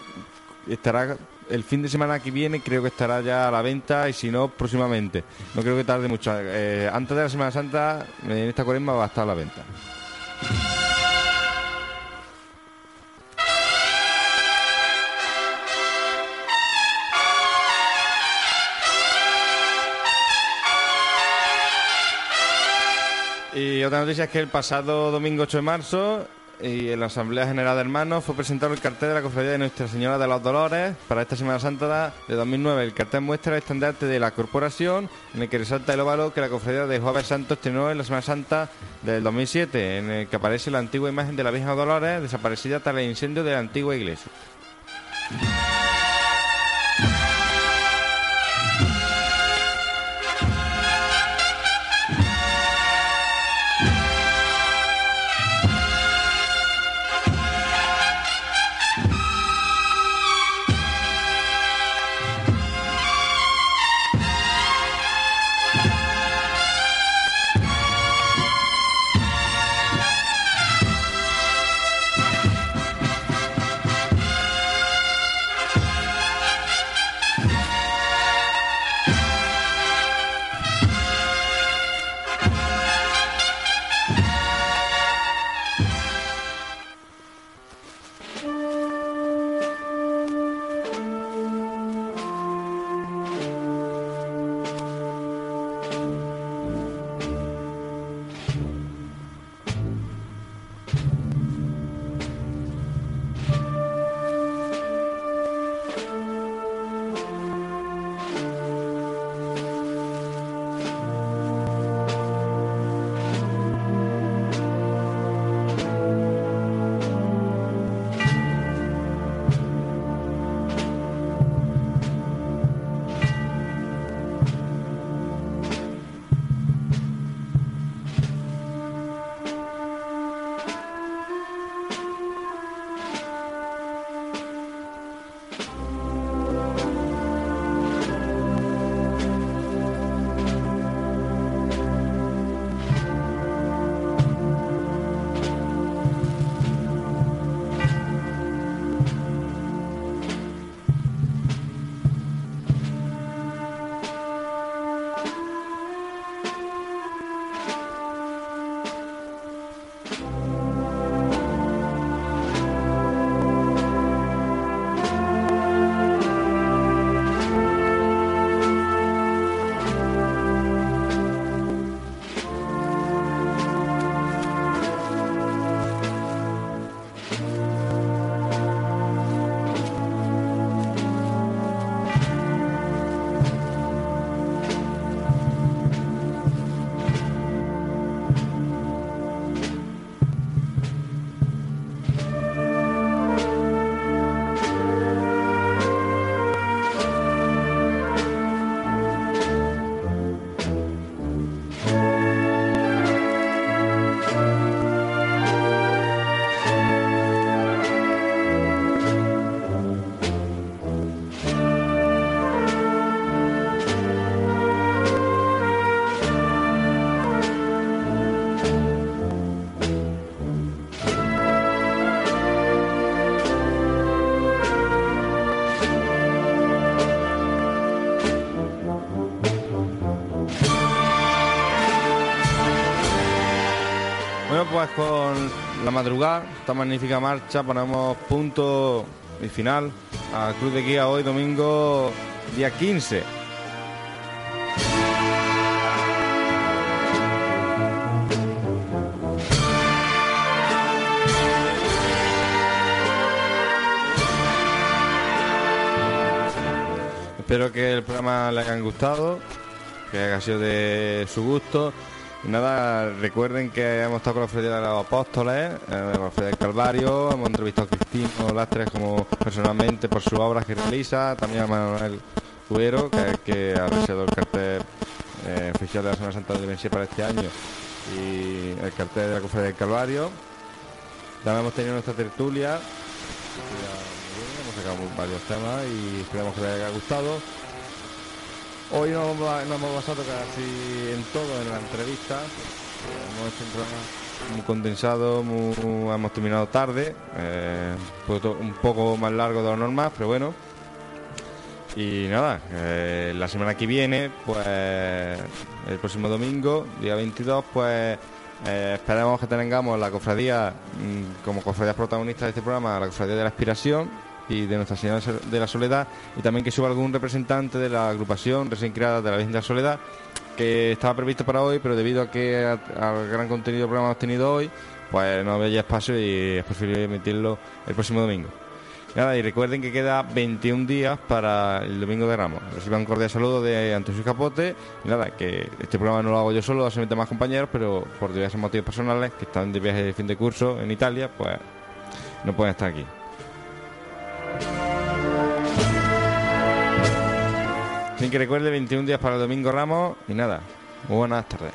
el- estará el fin de semana que viene, creo que estará ya a la venta y si no, próximamente. No creo que tarde mucho. Eh, antes de la Semana Santa, en esta cuaresma va a estar a la venta. Y otra noticia es que el pasado domingo ocho de marzo y en la Asamblea General de Hermanos fue presentado el cartel de la Cofradía de Nuestra Señora de los Dolores para esta Semana Santa de dos mil nueve. El cartel muestra el estandarte de la corporación, en el que resalta el óvalo que la Cofradía de Jueves Santo estrenó en la Semana Santa del dos mil siete, en el que aparece la antigua imagen de la Virgen Dolores, desaparecida tras el incendio de la antigua iglesia. Pues con la madrugada, esta magnífica marcha, ponemos punto y final a Cruz de Guía hoy domingo día quince. Espero que el programa le haya gustado, que haya sido de su gusto. Y nada, recuerden que hemos estado con la Cofradía de los Apóstoles, eh, la Cofradía del Calvario, hemos entrevistado a Cristino Lastres como personalmente por sus obras que realiza, también a Manuel Cubero, que es el que ha realizado el cartel eh, oficial de la Semana Santa de Valencia para este año, y el cartel de la Cofradía del Calvario. También hemos tenido nuestra tertulia, hemos sacado varios temas y esperamos que les haya gustado. Hoy nos hemos, nos hemos basado casi en todo en la entrevista. Hemos hecho un programa muy condensado, muy, muy, hemos terminado tarde, eh, un poco más largo de lo normal, pero bueno. Y nada, eh, la semana que viene, pues el próximo domingo, día veintidós, pues eh, esperemos que tengamos la cofradía, mmm, como cofradías protagonistas de este programa, la Cofradía de la Aspiración y de Nuestra Señora de la Soledad, y también que suba algún representante de la agrupación recién creada de la Virgen de la Soledad que estaba previsto para hoy, pero debido a que a- al gran contenido del programa hemos tenido hoy, pues no había espacio y es preferible emitirlo el próximo domingo. Nada, y recuerden que queda veintiún días para el Domingo de Ramos. Reciban un cordial saludo de Antonio Capote. Y nada, que este programa no lo hago yo solo, se meten más compañeros, pero por diversos motivos personales, que están de viaje de fin de curso en Italia, pues no pueden estar aquí. Así que recuerde, veintiún días para el Domingo Ramos. Y nada, muy buenas tardes.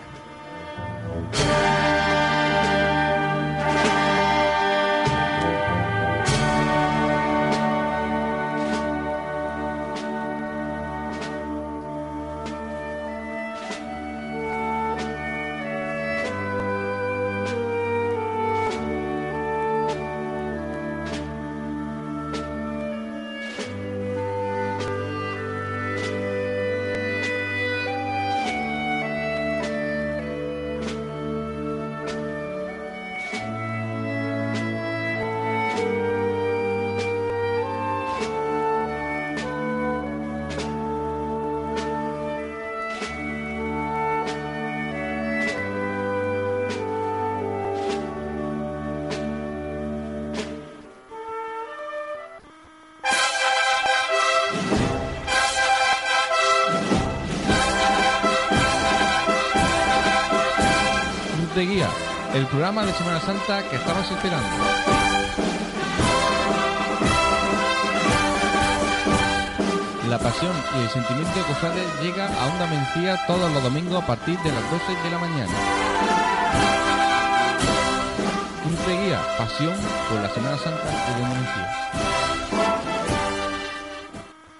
De Guía, el programa de Semana Santa que estabas esperando. La pasión y el sentimiento de cofrade llega a Onda Mencía todos los domingos a partir de las doce de la mañana. Cruz de Guía, pasión por la Semana Santa de Onda Mencía.